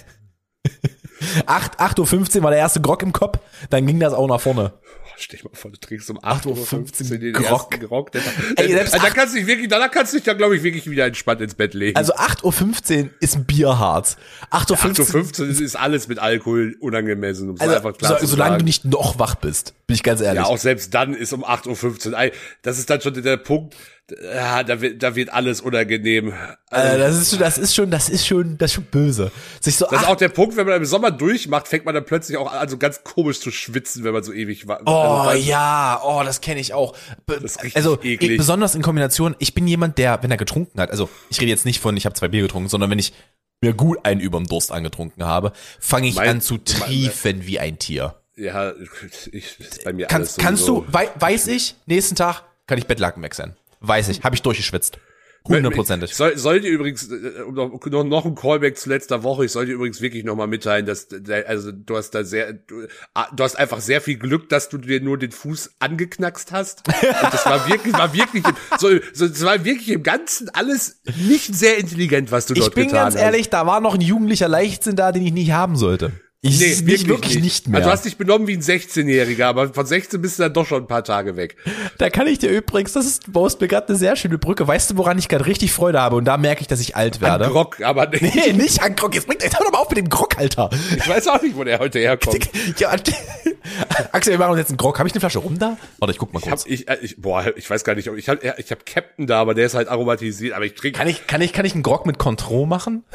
S3: acht Uhr fünfzehn war der erste Grog im Kopf, dann ging das auch nach vorne.
S2: Stell dir mal vor, du trinkst um acht Uhr fünfzehn den
S3: Grog.
S2: ersten Grog.
S3: Ey, selbst
S2: also, da kannst du dich wirklich, da kannst du dich da, glaube ich, wirklich wieder entspannt ins Bett legen.
S3: Also acht Uhr fünfzehn ist ein Bierhart. acht Uhr fünfzehn,
S2: acht Uhr fünfzehn ist alles mit Alkohol unangemessen, um es
S3: also,
S2: einfach klar
S3: so,
S2: zu
S3: solange
S2: sagen.
S3: du nicht noch wach bist, bin ich ganz ehrlich.
S2: Ja, auch selbst dann ist um acht Uhr fünfzehn. Das ist dann schon der Punkt, ja, da wird, da wird alles unangenehm.
S3: Also, das ist schon, das ist schon, das ist schon, das ist schon böse. Sich so,
S2: das ist
S3: ach,
S2: auch der Punkt, wenn man im Sommer durchmacht, fängt man dann plötzlich auch an, so ganz komisch zu schwitzen, wenn man so ewig war.
S3: Oh,
S2: also,
S3: ja, oh, das kenne ich auch. Be-
S2: das ist richtig
S3: also,
S2: eklig.
S3: ich, besonders in Kombination, ich bin jemand, der, wenn er getrunken hat, also, ich rede jetzt nicht von, ich habe zwei Bier getrunken, sondern wenn ich mir gut einen überm Durst angetrunken habe, fange ich
S2: mein,
S3: an zu triefen wie ein Tier.
S2: Ja, ich, ist bei mir
S3: Kann,
S2: alles
S3: kannst
S2: sowieso.
S3: du, wei, weiß ich, nächsten Tag kann ich Bettlaken wechseln. Weiß ich, habe ich durchgeschwitzt. Hundertprozentig.
S2: Soll, soll dir übrigens, äh, um noch, noch noch ein Callback zu letzter Woche, ich soll dir übrigens wirklich nochmal mitteilen, dass, der- also du hast da sehr, du, ah, du hast einfach sehr viel Glück, dass du dir nur den Fuß angeknackst hast. Und das war wirklich, war wirklich, so, so, das war wirklich im Ganzen alles nicht sehr intelligent, was du
S3: Ich
S2: dort
S3: bin
S2: getan
S3: ganz
S2: hast.
S3: ehrlich, da war noch ein jugendlicher Leichtsinn da, den ich nicht haben sollte. Ich
S2: Nee,
S3: nicht, wirklich, wirklich nicht mehr.
S2: Also du hast dich benommen wie ein sechzehnjähriger, aber von sechzehn bist du dann doch schon ein paar Tage weg.
S3: Da kann ich dir übrigens, das ist, baust mir gerade eine sehr schöne Brücke. Weißt du, woran ich gerade richtig Freude habe? Und da merke ich, dass ich alt werde.
S2: An Grog, aber nee,
S3: Nee, nicht an Grog. Jetzt bringt, jetzt hör doch mal auf mit dem Grog, Alter.
S2: ich weiß auch nicht, wo der heute herkommt.
S3: Ja, Axel, wir machen uns jetzt einen Grog. Habe ich eine Flasche rum da? Warte, ich guck mal
S2: Ich
S3: kurz.
S2: hab, ich, äh, ich, boah, ich weiß gar nicht, ob ich hab, ich hab Captain da, aber der ist halt aromatisiert, aber ich trinke.
S3: Kann ich, kann ich, kann ich einen Grog mit Contro machen?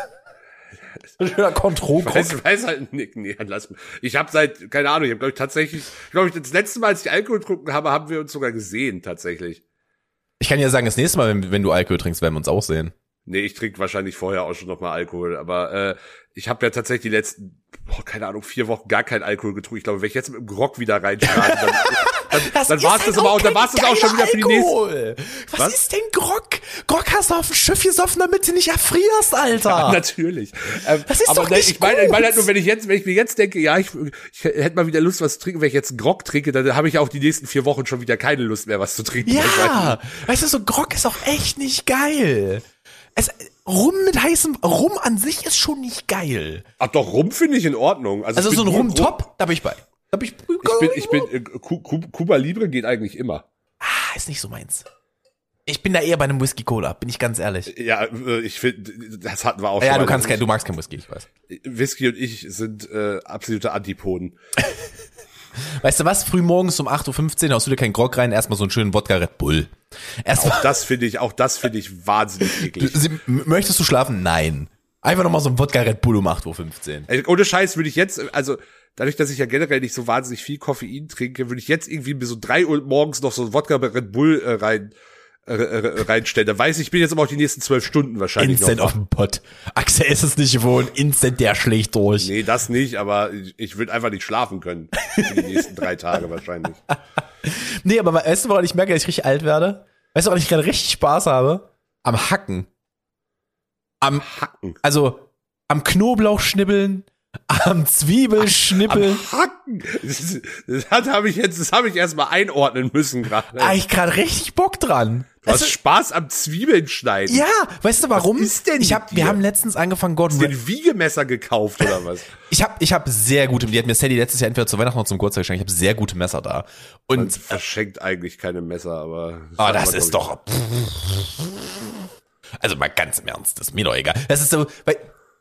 S3: Ein schöner Contro-Grog.
S2: Weiß, weiß halt nicht, nee, lass mich. Ich habe seit, keine Ahnung, ich habe glaube ich tatsächlich, ich glaube ich, das letzte Mal, als ich Alkohol getrunken habe, haben wir uns sogar gesehen, tatsächlich.
S3: Ich kann ja sagen, das nächste Mal, wenn, wenn du Alkohol trinkst, werden wir uns auch sehen.
S2: Nee, ich trinke wahrscheinlich vorher auch schon nochmal Alkohol, aber äh, ich habe ja tatsächlich die letzten, boah, keine Ahnung, vier Wochen gar keinen Alkohol getrunken. Ich glaube, wenn ich jetzt mit dem Grog wieder reinschlage, dann, dann,
S3: Das
S2: dann
S3: ist
S2: war es
S3: halt
S2: das aber auch, dann war es das auch schon wieder für die nächsten.
S3: Alkohol. Was,
S2: Was?
S3: ist denn Grog? Grog hast du auf dem Schiff gesoffen, damit du nicht erfrierst, Alter.
S2: Natürlich. Ähm,
S3: Das ist
S2: aber
S3: doch
S2: ne,
S3: nicht
S2: ich meine, ich meine halt
S3: gut.
S2: nur, wenn ich jetzt, wenn ich mir jetzt denke, ja, ich, ich hätte mal wieder Lust, was zu trinken, wenn ich jetzt einen Grog trinke, dann habe ich auch die nächsten vier Wochen schon wieder keine Lust mehr, was zu trinken. Ich weiß
S3: Ja,
S2: nicht.
S3: weißt du, so Grog ist auch echt nicht geil. Es, Rum mit heißem, Rum an sich ist schon nicht geil.
S2: Ach doch, Rum finde ich in Ordnung. Also,
S3: Also
S2: ich
S3: so ein
S2: bin nur
S3: Rum-Top, da bin ich bei. Da bin ich,
S2: Ich bin, ich bin, äh, Cu- Cu- Cuba Libre geht eigentlich immer.
S3: Ah, ist nicht so meins. Ich bin da eher bei einem Whisky-Cola, bin ich ganz ehrlich.
S2: Ja, äh, ich finde, das hatten wir auch
S3: Ja,
S2: schon
S3: du
S2: mal.
S3: kannst kein, du magst kein Whisky, ich weiß.
S2: Whisky und ich sind äh, absolute Antipoden.
S3: Weißt du was? Früh morgens um acht Uhr fünfzehn haust du dir keinen Grog rein, erstmal so einen schönen Wodka Red Bull. Erstmal,
S2: Auch das finde ich, auch das finde ich wahnsinnig eklig.
S3: Sie, m- möchtest du schlafen? Nein. Einfach nochmal so ein Wodka Red Bull um acht Uhr fünfzehn.
S2: Ey, ohne Scheiß würde ich jetzt, also dadurch, dass ich ja generell nicht so wahnsinnig viel Koffein trinke, würde ich jetzt irgendwie mir so drei Uhr morgens noch so ein Wodka Red Bull äh, rein äh, äh, reinstellen. Da weiß ich, ich bin jetzt aber auch die nächsten zwölf Stunden wahrscheinlich
S3: Instant
S2: noch.
S3: auf dem Pott. Axel ist es nicht gewohnt. Instant, der schlägt durch.
S2: Nee, das nicht, aber ich, ich würde einfach nicht schlafen können. Für die nächsten drei Tage wahrscheinlich.
S3: Nee, aber weißt du, woran ich merke, dass ich richtig alt werde? Weißt du, woran ich gerade richtig Spaß habe? Am Hacken. Am,
S2: Hacken.
S3: also, am Knoblauch schnibbeln, am Zwiebel schnippeln.
S2: Am Hacken. Das, das habe ich jetzt, das habe ich erstmal einordnen müssen gerade.
S3: Da hab ich gerade richtig Bock dran.
S2: Du hast
S3: Also,
S2: Spaß am Zwiebeln schneiden.
S3: ja, weißt du warum?
S2: Was ist denn
S3: ich
S2: mit
S3: hab, wir
S2: dir?
S3: haben letztens angefangen, Gordon
S2: Hast du
S3: Ramsay.
S2: ein Wiegemesser gekauft oder was?
S3: Ich hab, ich hab sehr gute, die hat mir Sally letztes Jahr entweder zu Weihnachten oder zum Geburtstag geschenkt. Ich habe sehr gute Messer da.
S2: Man
S3: Und,
S2: verschenkt eigentlich keine Messer, aber.
S3: ah, das
S2: aber,
S3: ist
S2: glaub
S3: doch, also mal ganz im Ernst, das ist mir doch egal. Das ist so, weil,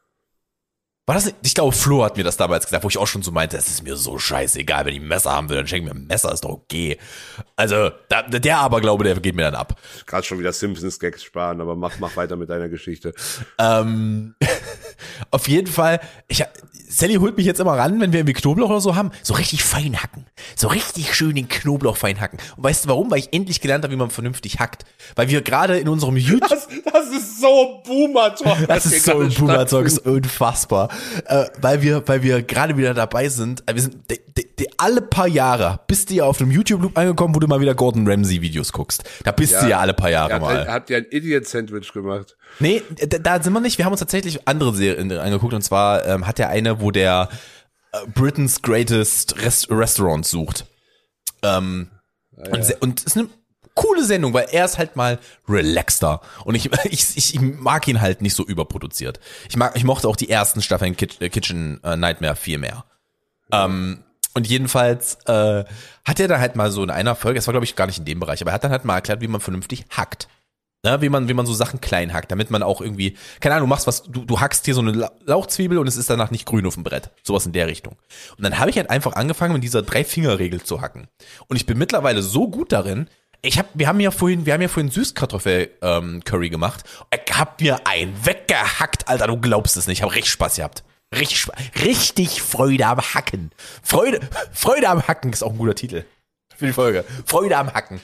S3: war das nicht, ich glaube, Flo hat mir das damals gesagt, wo ich auch schon so meinte, das ist mir so scheißegal, wenn ich ein Messer haben will, dann schenk mir ein Messer, ist doch okay. Also, da, der Aberglaube, der geht mir dann ab.
S2: ich gerade schon wieder Simpsons-Gags sparen, aber mach, mach weiter mit deiner Geschichte.
S3: Ähm, auf jeden Fall, ich, Sally holt mich jetzt immer ran, wenn wir irgendwie Knoblauch oder so haben, so richtig fein hacken. So richtig schön den Knoblauch fein hacken. Und weißt du warum? Weil ich endlich gelernt habe, wie man vernünftig hackt. Weil wir gerade in unserem YouTube...
S2: Das, das ist so Boomer-Talk.
S3: Das
S2: was
S3: ist
S2: hier
S3: so ein
S2: gerade
S3: Boomer-Talk, ist
S2: stattfindet.
S3: unfassbar. Äh, weil wir, weil wir gerade wieder dabei sind, äh, wir sind de, de, de, alle paar Jahre, bist du ja auf einem YouTube-Loop angekommen, wo du mal wieder Gordon Ramsay-Videos guckst. Da bist du ja alle paar Jahre
S2: Er hat,
S3: mal.
S2: er hat ja ein Idiot-Sandwich gemacht.
S3: Nee, da, da sind wir nicht. Wir haben uns tatsächlich andere Serien angeguckt. Und zwar ähm, hat der eine, wo der äh, Britain's Greatest Rest Restaurant sucht. Ähm,
S2: Ah,
S3: und, se- und ist eine coole Sendung, weil er ist halt mal relaxter. Und ich, ich, ich mag ihn halt nicht so überproduziert. Ich mag, ich mochte auch die ersten Staffeln Kitchen, äh, Kitchen äh, Nightmare viel mehr. Ähm, und jedenfalls äh, hat er da halt mal so in einer Folge, das war glaube ich gar nicht in dem Bereich, aber er hat dann halt mal erklärt, wie man vernünftig hackt. Ne, wie man, wie man so Sachen klein hackt, damit man auch irgendwie, keine Ahnung, du machst was, du, du hackst hier so eine La- Lauchzwiebel und es ist danach nicht grün auf dem Brett. Sowas in der Richtung. Und dann habe ich halt einfach angefangen, mit dieser Drei-Finger-Regel zu hacken. Und ich bin mittlerweile so gut darin, ich hab, wir haben ja vorhin, wir haben ja vorhin Süßkartoffel-Curry ähm, gemacht. Ich hab mir einen weggehackt, Alter, du glaubst es nicht. Ich habe richtig Spaß gehabt. Richtig, Spa- richtig Freude am Hacken. Freude, Freude am Hacken ist auch ein guter Titel für die Folge. Freude am Hacken.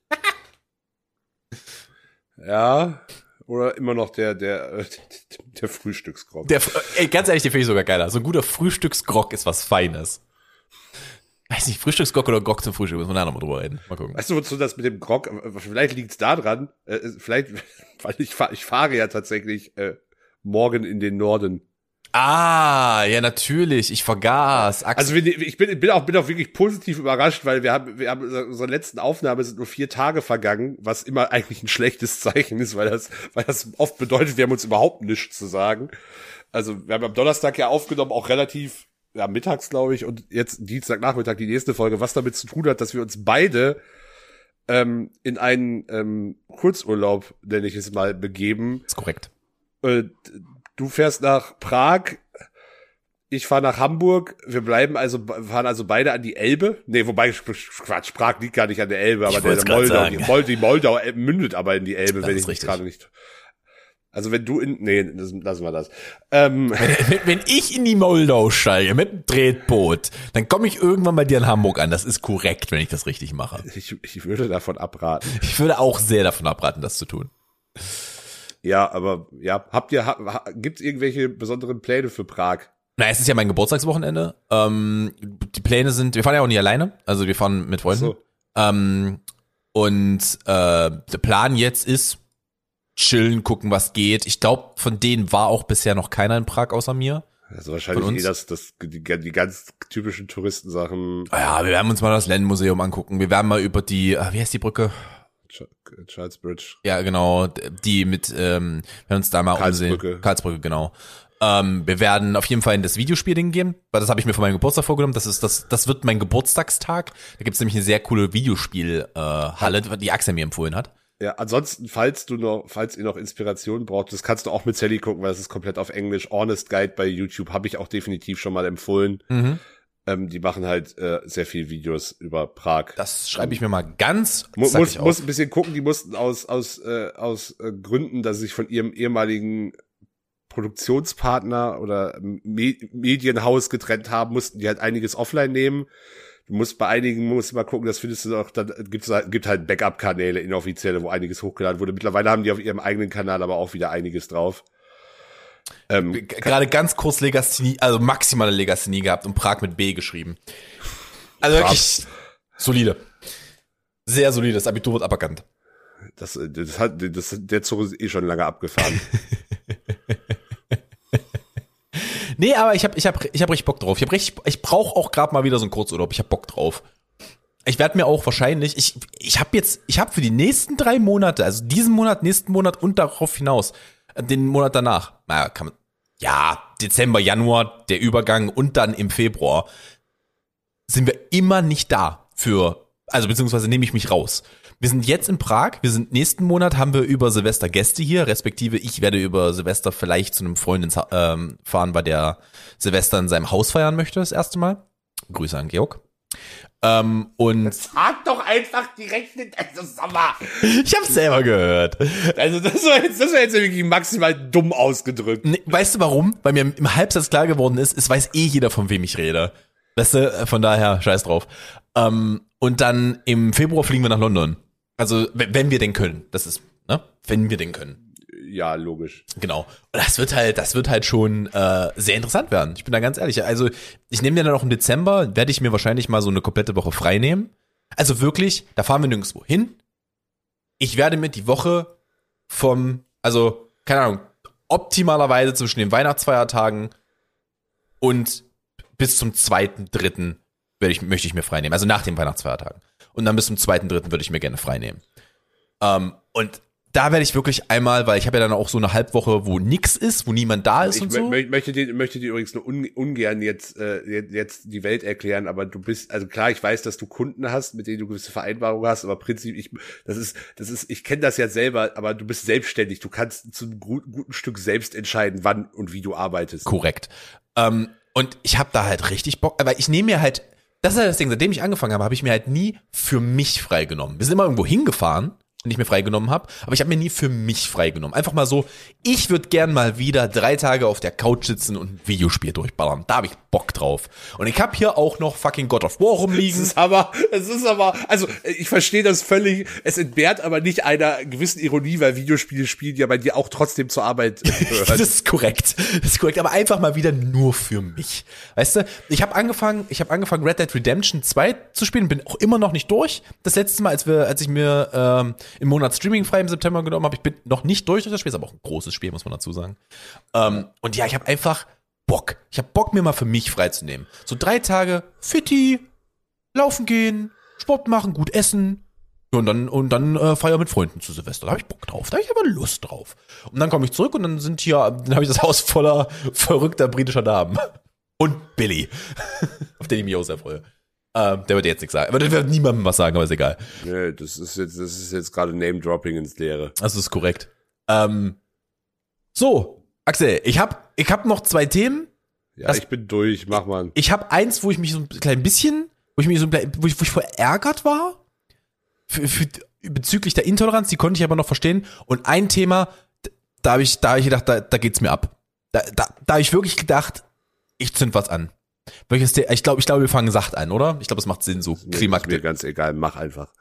S2: Ja. Oder immer noch der, der, äh, der Frühstücksgrog.
S3: Der, ey, ganz ehrlich, den finde ich sogar geiler. So ein guter Frühstücksgrog ist was Feines. Weiß nicht, Frühstücksgrog oder Grog zum Frühstück, müssen wir da nochmal drüber reden. Mal gucken.
S2: Weißt du, wozu das mit dem Grog, vielleicht liegt's da dran, äh, vielleicht, weil ich, fahr, ich fahre ja tatsächlich äh, morgen in den Norden.
S3: Ah, ja, natürlich, ich vergaß. Axel.
S2: Also ich bin, bin, auch, bin auch wirklich positiv überrascht, weil wir haben, wir haben unsere letzten Aufnahme sind nur vier Tage vergangen, was immer eigentlich ein schlechtes Zeichen ist, weil das, weil das oft bedeutet, wir haben uns überhaupt nichts zu sagen. Also wir haben am Donnerstag ja aufgenommen, auch relativ, ja, mittags, glaube ich, und jetzt Dienstagnachmittag die nächste Folge, was damit zu tun hat, dass wir uns beide ähm, in einen ähm, Kurzurlaub, nenne ich es mal, begeben.
S3: Ist korrekt.
S2: Äh, Du fährst nach Prag, ich fahre nach Hamburg, wir bleiben also, fahren also beide an die Elbe. Nee, wobei, Quatsch, Prag liegt gar nicht an der Elbe, aber der, der Moldau, die Moldau, die Moldau mündet aber in die Elbe,
S3: das
S2: wenn ich
S3: mich
S2: gerade nicht. Also wenn du in, nee, das, lassen wir das. Ähm,
S3: wenn, wenn ich in die Moldau steige mit dem Tretboot, dann komme ich irgendwann bei dir in Hamburg an. Das ist korrekt, wenn ich das richtig mache.
S2: Ich, ich würde davon abraten.
S3: Ich würde auch sehr davon abraten, das zu tun.
S2: Ja, aber ja, habt ihr, ha, gibt's irgendwelche besonderen Pläne für Prag?
S3: Na, es ist ja mein Geburtstagswochenende. Ähm, die Pläne sind, wir fahren ja auch nicht alleine, also wir fahren mit Freunden.
S2: So.
S3: Ähm, und äh, der Plan jetzt ist, chillen, gucken, was geht. Ich glaube, von denen war auch bisher noch keiner in Prag außer mir.
S2: Also wahrscheinlich eh das, das, die, die ganz typischen Touristensachen.
S3: Ja, wir werden uns mal das Landmuseum angucken. Wir werden mal über die, wie heißt die Brücke?
S2: Charles Bridge.
S3: Ja, genau, die mit, ähm, wir werden uns da mal
S2: Karlsbrücke.
S3: umsehen. Karlsbrücke, genau. Ähm, wir werden auf jeden Fall in das Videospiel-Ding gehen, weil das habe ich mir für meinen Geburtstag vorgenommen. Das ist das, das wird mein Geburtstagstag. Da gibt's nämlich eine sehr coole Videospiel-Halle, äh, die Axel mir empfohlen hat.
S2: Ja, ansonsten, falls du noch, falls ihr noch Inspiration braucht, das kannst du auch mit Sally gucken, weil das ist komplett auf Englisch. Honest Guide bei YouTube habe ich auch definitiv schon mal empfohlen.
S3: Mhm.
S2: Ähm, die machen halt äh, sehr viel Videos über Prag.
S3: Das schreibe ich mir mal ganz
S2: Mu
S3: zackig
S2: muss,
S3: auf.
S2: muss ein bisschen gucken, die mussten aus aus äh, aus äh, Gründen, dass sie sich von ihrem ehemaligen Produktionspartner oder Me Medienhaus getrennt haben, mussten die halt einiges offline nehmen. Du musst bei einigen, musst du mal gucken, das findest du doch, dann gibt's halt, gibt halt Backup-Kanäle, inoffizielle, wo einiges hochgeladen wurde. Mittlerweile haben die auf ihrem eigenen Kanal aber auch wieder einiges drauf. Ähm,
S3: Gerade ganz kurz Legasthenie, also maximale Legasthenie gehabt und Prag mit B geschrieben. Also wirklich solide. Sehr solide, das Abitur wird aberkannt.
S2: Das, das hat, das, der Zug ist eh schon lange abgefahren.
S3: Nee, aber ich hab, ich hab, ich hab richtig Bock drauf. Ich hab richtig, ich brauche auch gerade mal wieder so einen Kurzurlaub. Ich hab Bock drauf. Ich werde mir auch wahrscheinlich, ich, ich habe jetzt, ich habe für die nächsten drei Monate, also diesen Monat, nächsten Monat und darauf hinaus, den Monat danach, naja, kann man, ja, Dezember, Januar, der Übergang und dann im Februar, sind wir immer nicht da für, also beziehungsweise nehme ich mich raus. Wir sind jetzt in Prag, wir sind nächsten Monat, haben wir über Silvester Gäste hier, respektive ich werde über Silvester vielleicht zu einem Freund ins, ähm, fahren, weil der Silvester in seinem Haus feiern möchte, das erste Mal. Grüße an Georg. Ähm, und
S2: Sag doch einfach direkt, also sag mal.
S3: Ich hab's selber gehört.
S2: Also das war jetzt, das war jetzt wirklich maximal dumm ausgedrückt.
S3: Nee, weißt du warum? Weil mir im Halbsatz klar geworden ist, es weiß eh jeder, von wem ich rede. Weißt du, von daher, scheiß drauf. Ähm, und dann im Februar fliegen wir nach London. Also, wenn wir denn können. Das ist, ne? Wenn wir denn können.
S2: Ja, logisch.
S3: Genau. Und das wird halt, das wird halt schon äh, sehr interessant werden. Ich bin da ganz ehrlich. Also, ich nehme dann noch im Dezember, werde ich mir wahrscheinlich mal so eine komplette Woche frei nehmen. Also wirklich, da fahren wir nirgendwo hin. Ich werde mir die Woche vom, also, keine Ahnung, optimalerweise zwischen den Weihnachtsfeiertagen und bis zum zweiten, dritten werde ich, möchte ich mir frei nehmen. Also nach den Weihnachtsfeiertagen. Und dann bis zum zweiten, dritten würde ich mir gerne frei nehmen. Ähm, und da werde ich wirklich einmal, weil ich habe ja dann auch so eine Halbwoche, wo nix ist, wo niemand da ist
S2: ich
S3: und so.
S2: Ich möchte dir, möchte dir übrigens nur un, ungern jetzt, äh, jetzt die Welt erklären, aber du bist, also klar, ich weiß, dass du Kunden hast, mit denen du gewisse Vereinbarungen hast, aber prinzipiell, ich, das ist, das ist, ich kenne das ja selber, aber du bist selbstständig, du kannst zu einem guten, guten Stück selbst entscheiden, wann und wie du arbeitest.
S3: Korrekt. Ähm, und ich habe da halt richtig Bock, aber ich nehme mir halt, das ist halt das Ding, seitdem ich angefangen habe, habe ich mir halt nie für mich freigenommen. Wir sind immer irgendwo hingefahren, nicht mehr freigenommen habe, aber ich habe mir nie für mich freigenommen. Einfach mal so, ich würde gern mal wieder drei Tage auf der Couch sitzen und ein Videospiel durchballern. Da habe ich Bock drauf. Und ich habe hier auch noch fucking God of War rumliegen.
S2: Es ist aber, es ist aber, also ich verstehe das völlig, es entbehrt aber nicht einer gewissen Ironie, weil Videospiele spielen ja bei dir auch trotzdem zur Arbeit gehört.
S3: Das ist korrekt. Das ist korrekt, aber einfach mal wieder nur für mich. Weißt du, ich habe angefangen, ich habe angefangen Red Dead Redemption zwei zu spielen, bin auch immer noch nicht durch. Das letzte Mal, als wir als ich mir ähm, im Monat Streaming frei im September genommen habe, ich bin noch nicht durch durch das Spiel, ist aber auch ein großes Spiel, muss man dazu sagen. Ähm, und ja, ich habe einfach Bock. Ich habe Bock, mir mal für mich freizunehmen. So drei Tage Fitti, laufen gehen, Sport machen, gut essen. Und dann, und dann äh, Feier mit Freunden zu Silvester. Da habe ich Bock drauf. Da habe ich aber Lust drauf. Und dann komme ich zurück und dann sind hier, dann habe ich das Haus voller verrückter britischer Damen. Und Billy. Auf den ich mich auch sehr freue. Ähm, der wird jetzt nichts sagen. Aber der wird niemandem was sagen, aber ist egal.
S2: Nee, das ist jetzt, das ist jetzt gerade Name-Dropping ins Leere.
S3: Das ist korrekt. Ähm, so, Axel, ich hab, ich hab noch zwei Themen.
S2: Ja,
S3: das,
S2: ich bin durch, mach mal.
S3: Ich habe eins, wo ich mich so ein klein bisschen, wo ich mich so ein klein, wo ich, wo ich verärgert war. Für, für, bezüglich der Intoleranz, die konnte ich aber noch verstehen. Und ein Thema, da habe ich, da hab ich gedacht, da, da geht's mir ab. Da, da, da habe ich wirklich gedacht, ich zünd was an. Welches The- ich glaube, ich glaube, wir fangen sacht an, oder? Ich glaube, es macht Sinn, so
S2: Klimax. Ist mir ganz egal, mach einfach.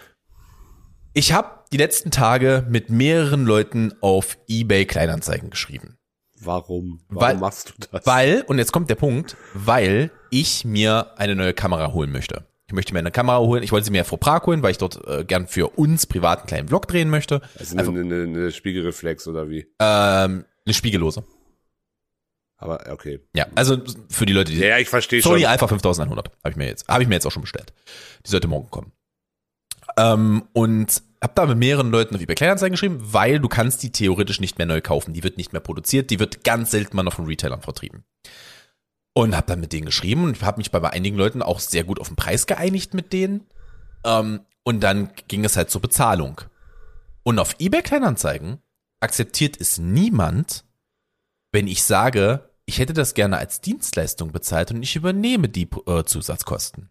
S3: Ich habe die letzten Tage mit mehreren Leuten auf eBay Kleinanzeigen geschrieben.
S2: Warum? Warum
S3: weil,
S2: machst du das?
S3: Weil, und jetzt kommt der Punkt, weil ich mir eine neue Kamera holen möchte. Ich möchte mir eine Kamera holen. Ich wollte sie mir ja vor Prag holen, weil ich dort äh, gern für uns privat einen kleinen Vlog drehen möchte.
S2: Also eine, eine, eine Spiegelreflex oder wie?
S3: Ähm, eine spiegellose.
S2: Aber okay.
S3: Ja, also für die Leute, die
S2: ja, ja, ich verstehe schon.
S3: Sony Alpha fünftausendeinhundert habe ich mir jetzt, habe ich mir jetzt auch schon bestellt. Die sollte morgen kommen. Ähm, und habe da mit mehreren Leuten auf eBay Kleinanzeigen geschrieben, weil du kannst die theoretisch nicht mehr neu kaufen. Die wird nicht mehr produziert, die wird ganz selten mal noch von Retailern vertrieben. Und habe dann mit denen geschrieben und habe mich bei einigen Leuten auch sehr gut auf den Preis geeinigt mit denen. Ähm, und dann ging es halt zur Bezahlung. Und auf eBay Kleinanzeigen akzeptiert es niemand, wenn ich sage, ich hätte das gerne als Dienstleistung bezahlt und ich übernehme die äh, Zusatzkosten.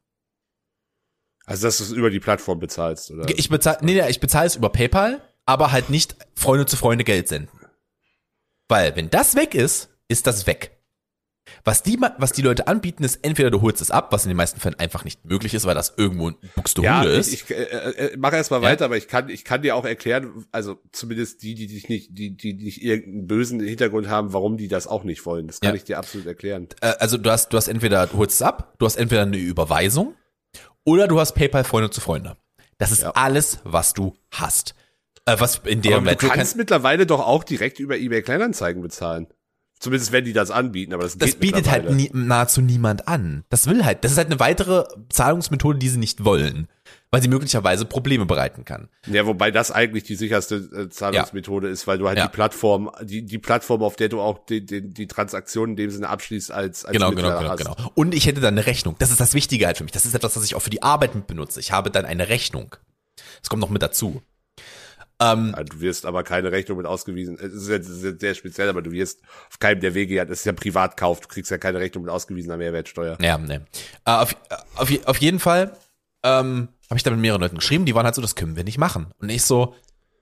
S2: Also, dass du es über die Plattform bezahlst, oder?
S3: Ich bezahle, nee, nee, ich bezahle es über PayPal, aber halt nicht Freunde zu Freunde Geld senden. Weil, wenn das weg ist, ist das weg. Was die, was die Leute anbieten, ist entweder du holst es ab, was in den meisten Fällen einfach nicht möglich ist, weil das irgendwo ein Buxtehude
S2: ja,
S3: ist.
S2: Ich, ich äh, äh, mache erst mal
S3: ja?
S2: weiter, aber ich kann, ich kann dir auch erklären, also zumindest die, die dich nicht, die, die nicht irgendeinen bösen Hintergrund haben, warum die das auch nicht wollen. Das kann
S3: ja.
S2: ich dir absolut erklären.
S3: Äh, also du hast, du hast entweder, du holst es ab, du hast entweder eine Überweisung oder du hast PayPal Freunde zu Freunde. Das ist ja. alles, was du hast. Äh, was in der
S2: aber du kannst kann, mittlerweile doch auch direkt über eBay Kleinanzeigen bezahlen. Zumindest wenn die das anbieten, aber das geht
S3: Das bietet halt nie, nahezu niemand an. Das will halt, das ist halt eine weitere Zahlungsmethode, die sie nicht wollen, weil sie möglicherweise Probleme bereiten kann.
S2: Ja, wobei das eigentlich die sicherste äh, Zahlungsmethode ja. ist, weil du halt
S3: ja.
S2: die Plattform, die die Plattform, auf der du auch die die, die Transaktion in dem Sinne abschließt als als
S3: genau,
S2: Mittler
S3: genau,
S2: hast.
S3: genau, genau. Und ich hätte dann eine Rechnung. Das ist das Wichtige halt für mich. Das ist etwas, was ich auch für die Arbeit mit benutze. Ich habe dann eine Rechnung. Das kommt noch mit dazu.
S2: Ähm, ja, du wirst aber keine Rechnung mit ausgewiesen. Es ist jetzt sehr speziell, aber du wirst auf keinem der Wege, ja, das ist ja Privatkauf, du kriegst ja keine Rechnung mit ausgewiesener Mehrwertsteuer.
S3: Ja, ne. Äh, auf, auf, auf jeden Fall ähm, habe ich da mit mehreren Leuten geschrieben, die waren halt so, das können wir nicht machen. Und ich so,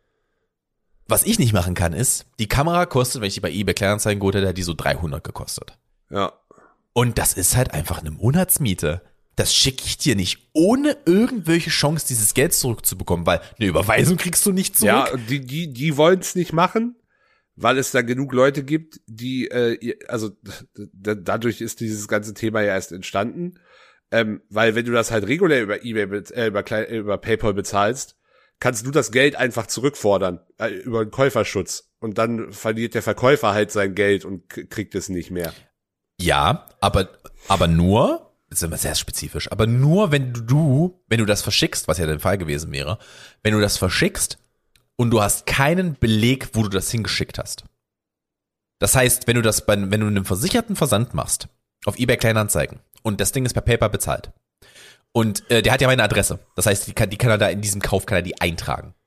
S3: was ich nicht machen kann, ist, die Kamera kostet, wenn ich die bei eBay Kleinanzeigen geholt hätte, hat die so dreihundert gekostet.
S2: Ja.
S3: Und das ist halt einfach eine Monatsmiete. Das schicke ich dir nicht, ohne irgendwelche Chance, dieses Geld zurückzubekommen, weil eine Überweisung kriegst du nicht zurück.
S2: Ja, die, die, die wollen es nicht machen, weil es da genug Leute gibt, die, äh, also d- dadurch ist dieses ganze Thema ja erst entstanden, ähm, weil wenn du das halt regulär über eBay, äh, über, Klein, über PayPal bezahlst, kannst du das Geld einfach zurückfordern, äh, über einen Käuferschutz. Und dann verliert der Verkäufer halt sein Geld und k- kriegt es nicht mehr.
S3: Ja, aber, aber nur... Das ist immer sehr spezifisch, aber nur wenn du, wenn du das verschickst, was ja der Fall gewesen wäre, wenn du das verschickst und du hast keinen Beleg, wo du das hingeschickt hast. Das heißt, wenn du das bei, wenn du einen versicherten Versand machst, auf eBay Kleinanzeigen und das Ding ist per PayPal bezahlt und äh, der hat ja meine Adresse, das heißt, die kann, die kann er da in diesem Kauf, kann er die eintragen.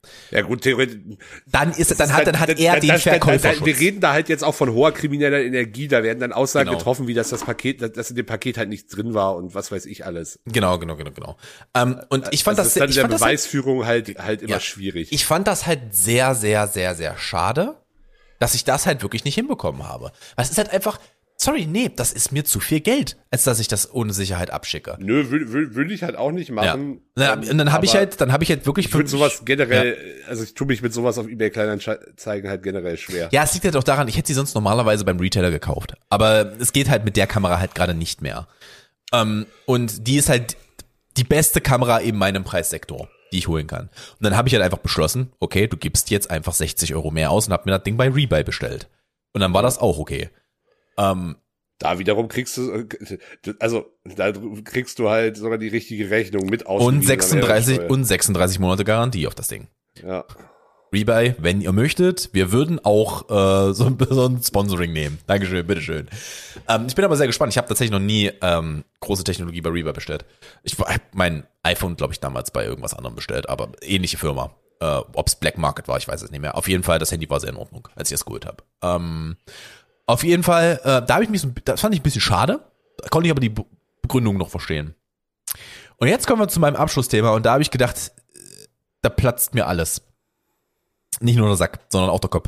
S2: Ja gut, theoretisch.
S3: Dann ist, dann hat, dann hat er den Verkäuferschutz.
S2: Wir reden da halt jetzt auch von hoher krimineller Energie. Da werden dann Aussagen
S3: Genau.
S2: getroffen, wie dass das Paket, dass in dem Paket halt nichts drin war und was weiß ich alles.
S3: Genau, genau, genau, genau. Ähm, und ich fand
S2: Also
S3: das,
S2: ist dann
S3: ich
S2: der
S3: fand das halt,
S2: Beweisführung halt halt immer
S3: ja,
S2: schwierig.
S3: ich fand das halt sehr, sehr, sehr, sehr schade, dass ich das halt wirklich nicht hinbekommen habe. Weil es ist halt einfach, sorry, nee, das ist mir zu viel Geld, als dass ich das ohne Sicherheit abschicke.
S2: Nö, will, will, will ich halt auch nicht machen.
S3: Ja. Und dann habe ich halt, dann habe ich halt wirklich
S2: Ich würde sowas generell,
S3: ja.
S2: also ich tue mich mit sowas auf eBay Kleinanzeigen halt generell schwer.
S3: Ja, es liegt halt auch daran, ich hätte sie sonst normalerweise beim Retailer gekauft. Aber es geht halt mit der Kamera halt gerade nicht mehr. Ähm, und die ist halt die beste Kamera in meinem Preissektor, die ich holen kann. Und dann habe ich halt einfach beschlossen, okay, du gibst jetzt einfach sechzig Euro mehr aus und hab mir das Ding bei Rebuy bestellt. Und dann war das auch okay. Ähm,
S2: Da wiederum kriegst du, also da kriegst du halt sogar die richtige Rechnung mit aus.
S3: und sechsunddreißig und sechsunddreißig Monate Garantie auf das Ding.
S2: Ja.
S3: Rebuy, wenn ihr möchtet, wir würden auch äh, so, so ein Sponsoring nehmen. Dankeschön, bitteschön. Ähm, ich bin aber sehr gespannt. Ich habe tatsächlich noch nie ähm, große Technologie bei Rebuy bestellt. Ich habe mein iPhone, glaube ich, damals bei irgendwas anderem bestellt, aber ähnliche Firma. Äh, ob's Black Market war, ich weiß es nicht mehr. Auf jeden Fall, das Handy war sehr in Ordnung, als ich es geholt habe. Ähm, auf jeden Fall, äh, da habe ich mich so, das fand ich ein bisschen schade. Da konnte ich aber die Be- Begründung noch verstehen. Und jetzt kommen wir zu meinem Abschlussthema und da habe ich gedacht, äh, da platzt mir alles. Nicht nur der Sack, sondern auch der Kopf.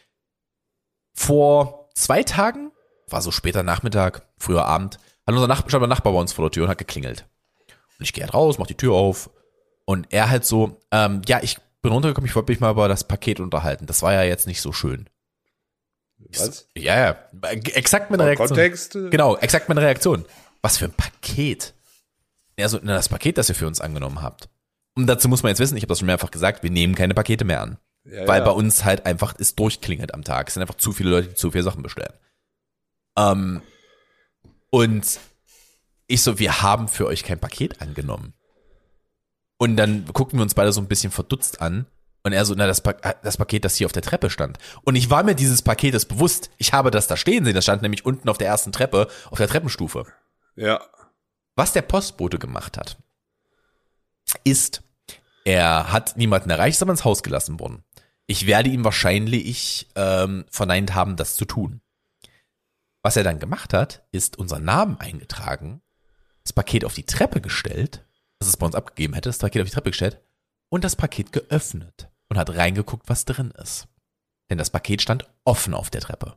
S3: Vor zwei Tagen, war so später Nachmittag, früher Abend, hat unser Nachbar, stand ein Nachbar bei uns vor der Tür und hat geklingelt. Und ich gehe halt raus, mach die Tür auf und er halt so, ähm, ja, ich bin runtergekommen, ich wollte mich mal über das Paket unterhalten. Das war ja jetzt nicht so schön.
S2: Was?
S3: Ja, ja, exakt meine Reaktion.
S2: Kontext?
S3: Genau, exakt meine Reaktion. Was für ein Paket? Ja, so, na, das Paket, das ihr für uns angenommen habt. Und dazu muss man jetzt wissen, ich habe das schon mehrfach gesagt, wir nehmen keine Pakete mehr an.
S2: Ja,
S3: weil
S2: ja.
S3: bei uns halt einfach es durchklingelt am Tag. Es sind einfach zu viele Leute, die zu viele Sachen bestellen. Ähm, und ich so, wir haben für euch kein Paket angenommen. Und dann guckten wir uns beide so ein bisschen verdutzt an. Und er so, na, das, pa- das Paket, das hier auf der Treppe stand. Und ich war mir dieses Paketes bewusst. Ich habe das da stehen sehen. Das stand nämlich unten auf der ersten Treppe, auf der Treppenstufe.
S2: Ja.
S3: Was der Postbote gemacht hat, ist, er hat niemanden erreicht, ist aber ins Haus gelassen worden. Ich werde ihm wahrscheinlich ähm, verneint haben, das zu tun. Was er dann gemacht hat, ist unseren Namen eingetragen, das Paket auf die Treppe gestellt, das es bei uns abgegeben hätte, das Paket auf die Treppe gestellt und das Paket geöffnet und hat reingeguckt, was drin ist. Denn das Paket stand offen auf der Treppe.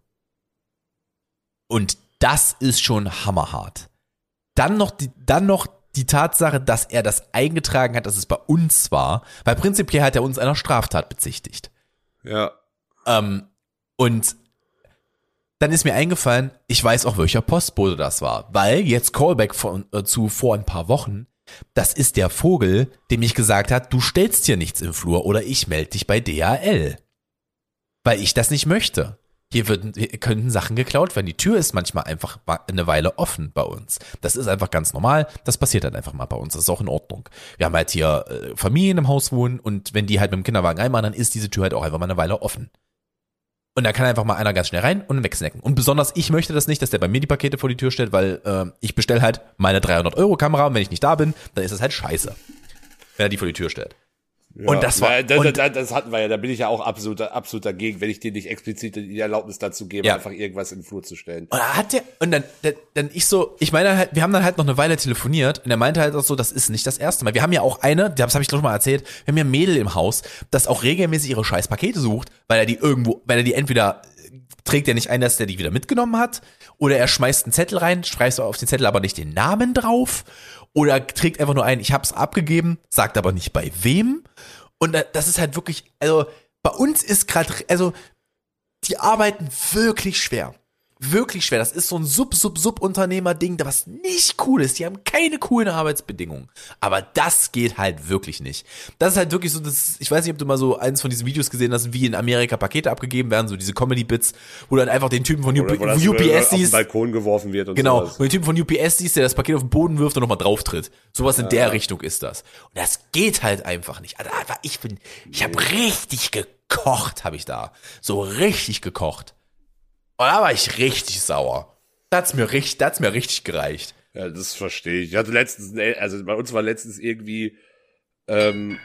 S3: Und das ist schon hammerhart. Dann noch die, dann noch die Tatsache, dass er das eingetragen hat, dass es bei uns war, weil prinzipiell hat er uns einer Straftat bezichtigt.
S2: Ja.
S3: Ähm, und dann ist mir eingefallen, ich weiß auch, welcher Postbote das war, weil jetzt Callback von, äh, zu vor ein paar Wochen, das ist der Vogel, dem ich gesagt hat, du stellst hier nichts im Flur oder ich melde dich bei D H L. Weil ich das nicht möchte. Hier, würden, hier könnten Sachen geklaut werden. Die Tür ist manchmal einfach eine Weile offen bei uns. Das ist einfach ganz normal. Das passiert halt einfach mal bei uns. Das ist auch in Ordnung. Wir haben halt hier äh, Familien im Haus wohnen und wenn die halt mit dem Kinderwagen reinmachen, dann ist diese Tür halt auch einfach mal eine Weile offen. Und da kann einfach mal einer ganz schnell rein und wegsnacken. Und besonders ich möchte das nicht, dass der bei mir die Pakete vor die Tür stellt, weil äh, ich bestelle halt meine dreihundert Euro Kamera und wenn ich nicht da bin, dann ist das halt scheiße, wenn er die vor die Tür stellt.
S2: Ja.
S3: Und das war,
S2: Na, das,
S3: und,
S2: das, das hatten wir ja, da bin ich ja auch absolut, absolut dagegen, wenn ich dir nicht explizit die Erlaubnis dazu gebe,
S3: Ja.
S2: einfach irgendwas in den Flur zu stellen.
S3: Und da hat der, und dann, dann, dann ich so, ich meine halt, wir haben dann halt noch eine Weile telefoniert und er meinte halt auch so, das ist nicht das erste Mal. Wir haben ja auch eine, das habe ich doch schon mal erzählt, wir haben ja ein Mädel im Haus, das auch regelmäßig ihre scheiß Pakete sucht, weil er die irgendwo, weil er die entweder trägt er nicht ein, dass der die wieder mitgenommen hat, oder er schmeißt einen Zettel rein, schreibt auf den Zettel aber nicht den Namen drauf, oder trägt einfach nur ein, ich hab's abgegeben, sagt aber nicht bei wem. Und das ist halt wirklich, also bei uns ist gerade, also die arbeiten wirklich schwer. Wirklich schwer. Das ist so ein Sub-Sub-Sub-Unternehmer-Ding, was nicht cool ist. Die haben keine coolen Arbeitsbedingungen. Aber das geht halt wirklich nicht. Das ist halt wirklich so, das, ich weiß nicht, ob du mal so eins von diesen Videos gesehen hast, wie in Amerika Pakete abgegeben werden, so diese Comedy-Bits, wo du halt einfach den Typen von U P,
S2: Oder, oder
S3: U P S
S2: auf den
S3: siehst.
S2: Balkon geworfen wird und
S3: Genau,
S2: sowas.
S3: wo den Typen von U P S siehst, der das Paket auf den Boden wirft und nochmal drauf tritt. Sowas in der Richtung ist das. Und das geht halt einfach nicht. Also einfach, ich bin, ich habe richtig gekocht, habe ich da. So richtig gekocht. Und da war ich richtig sauer. Da hat's mir richtig, da hat's mir richtig gereicht.
S2: Ja, das verstehe ich. Ich hatte letztens, also bei uns war letztens irgendwie ähm,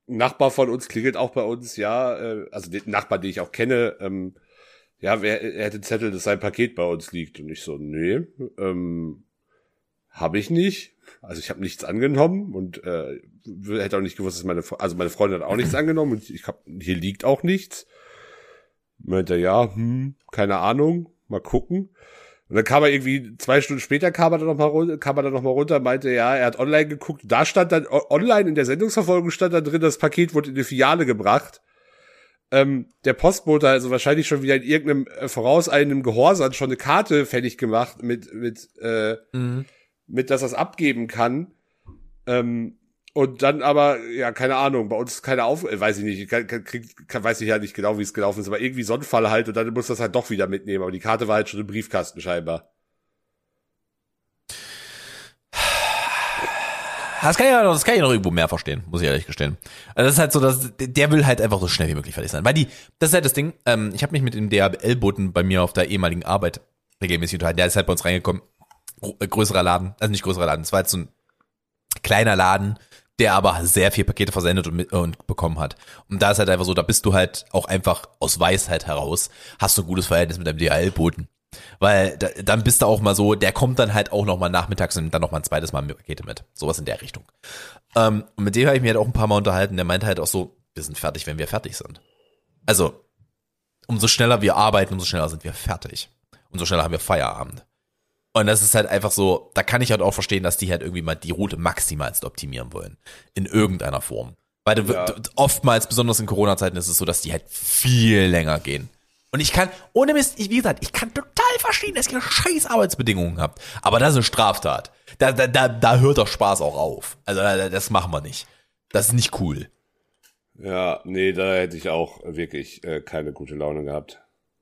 S2: ein Nachbar von uns klingelt auch bei uns, ja, äh, also den Nachbar, den ich auch kenne, ähm, ja, wer, er hätte einen Zettel, dass sein Paket bei uns liegt. Und ich so, nee, ähm, habe ich nicht. Also ich habe nichts angenommen und äh, hätte auch nicht gewusst, dass meine, also meine Freundin hat auch nichts angenommen und ich hab, hier liegt auch nichts. Meinte er, ja, hm, keine Ahnung, mal gucken. Und dann kam er irgendwie, zwei Stunden später kam er dann noch mal runter, kam er dann noch mal runter, meinte, ja, er hat online geguckt. Da stand dann, online in der Sendungsverfolgung stand da drin, das Paket wurde in die Filiale gebracht. Ähm, der Postbote, also wahrscheinlich schon wieder in irgendeinem äh, vorauseilendem Gehorsam schon eine Karte fertig gemacht mit, mit, äh,
S3: Mhm.
S2: mit, dass er es abgeben kann. Ähm, und dann aber, ja, keine Ahnung, bei uns keine Auf, äh, weiß ich nicht, ich kann, kann, krieg, kann, weiß ich ja nicht genau, wie es gelaufen ist, aber irgendwie so ein Fall halt und dann muss das halt doch wieder mitnehmen, aber die Karte war halt schon im Briefkasten scheinbar.
S3: Das kann ich ja noch, das kann ich noch irgendwo mehr verstehen, muss ich ehrlich gestehen. Also das ist halt so, dass der will halt einfach so schnell wie möglich fertig sein. Weil die, das ist halt das Ding, ähm, ich habe mich mit dem D H B L-Boten bei mir auf der ehemaligen Arbeit regelmäßig unterhalten. Der ist halt bei uns reingekommen. Größerer Laden, also nicht größerer Laden, es war jetzt so ein kleiner Laden, der aber sehr viel Pakete versendet und, mit, und bekommen hat. Und da ist halt einfach so, da bist du halt auch einfach aus Weisheit heraus, hast du ein gutes Verhältnis mit deinem D H L-Boten. Weil da, dann bist du auch mal so, der kommt dann halt auch noch mal nachmittags und dann noch mal ein zweites Mal Pakete mit. Sowas in der Richtung. Ähm, und mit dem habe ich mich halt auch ein paar Mal unterhalten, der meinte halt auch so, wir sind fertig, wenn wir fertig sind. Also, umso schneller wir arbeiten, umso schneller sind wir fertig. Umso schneller haben wir Feierabend. Und das ist halt einfach so, da kann ich halt auch verstehen, dass die halt irgendwie mal die Route maximalst optimieren wollen. In irgendeiner Form. Weil du,
S2: Ja.
S3: oftmals, besonders in Corona-Zeiten, ist es so, dass die halt viel länger gehen. Und ich kann, ohne Mist, ich, wie gesagt, ich kann total verstehen, dass ihr scheiß Arbeitsbedingungen habt. Aber das ist eine Straftat. Da, da, da, da hört der Spaß auch auf. Also das machen wir nicht. Das ist nicht cool.
S2: Ja, nee, da hätte ich auch wirklich äh, keine gute Laune gehabt.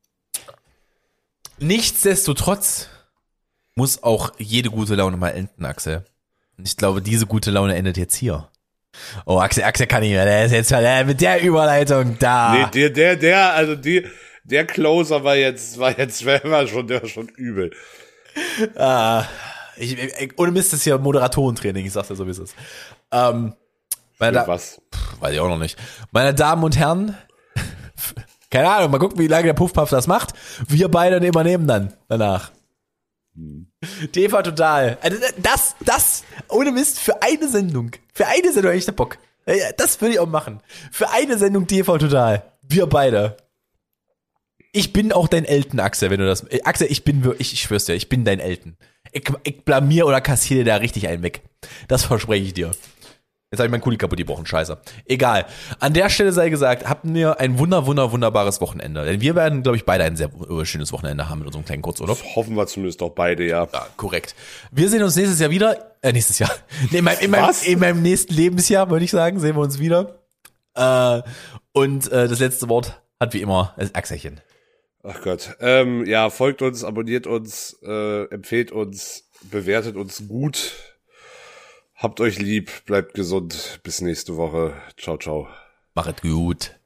S3: Nichtsdestotrotz muss auch jede gute Laune mal enden, Axel. Und ich glaube, diese gute Laune endet jetzt hier. Oh, Axel, Axel kann nicht mehr. Der ist jetzt äh, mit der Überleitung da.
S2: Nee, der, der, der, also die, der Closer war jetzt, war jetzt, war schon, der war schon übel.
S3: Ah, ich, ich, ohne Mist ist hier Moderatorentraining, ich sag's dir so, wie es ist. Ähm, meine
S2: Für
S3: Da-
S2: was?
S3: Pff, weiß ich auch noch nicht. Meine Damen und Herren, keine Ahnung, mal gucken, wie lange der Puffpuff das macht. Wir beide übernehmen dann danach.
S2: Hm.
S3: T V Total. Also das, das, ohne Mist, für eine Sendung. Für eine Sendung hab ich da Bock. Das würde ich auch machen. Für eine Sendung T V Total. Wir beide. Ich bin auch dein Elton, Axel, wenn du das. Axel, ich bin wirklich, ich schwör's dir, ich bin dein Elton. Ich, ich blamier oder kassiere dir da richtig einen weg. Das verspreche ich dir. Jetzt habe ich meinen Kuli kaputt gebrochen, scheiße. Egal. An der Stelle sei gesagt, habt ihr ein wunder, wunder, wunderbares Wochenende. Denn wir werden, glaube ich, beide ein sehr schönes Wochenende haben mit unserem kleinen Kurzurlaub.
S2: Hoffen wir zumindest doch beide, ja.
S3: Ja, korrekt. Wir sehen uns nächstes Jahr wieder. Äh, nächstes Jahr. Nee, in, meinem, in, meinem,
S2: Was?
S3: in meinem nächsten Lebensjahr, würde ich sagen, sehen wir uns wieder. Äh, und äh, das letzte Wort hat wie immer das Axelchen.
S2: Ach Gott. Ähm, ja, folgt uns, abonniert uns, äh, empfehlt uns, bewertet uns gut. Habt euch lieb, bleibt gesund. Bis nächste Woche. Ciao, ciao.
S3: Machet gut.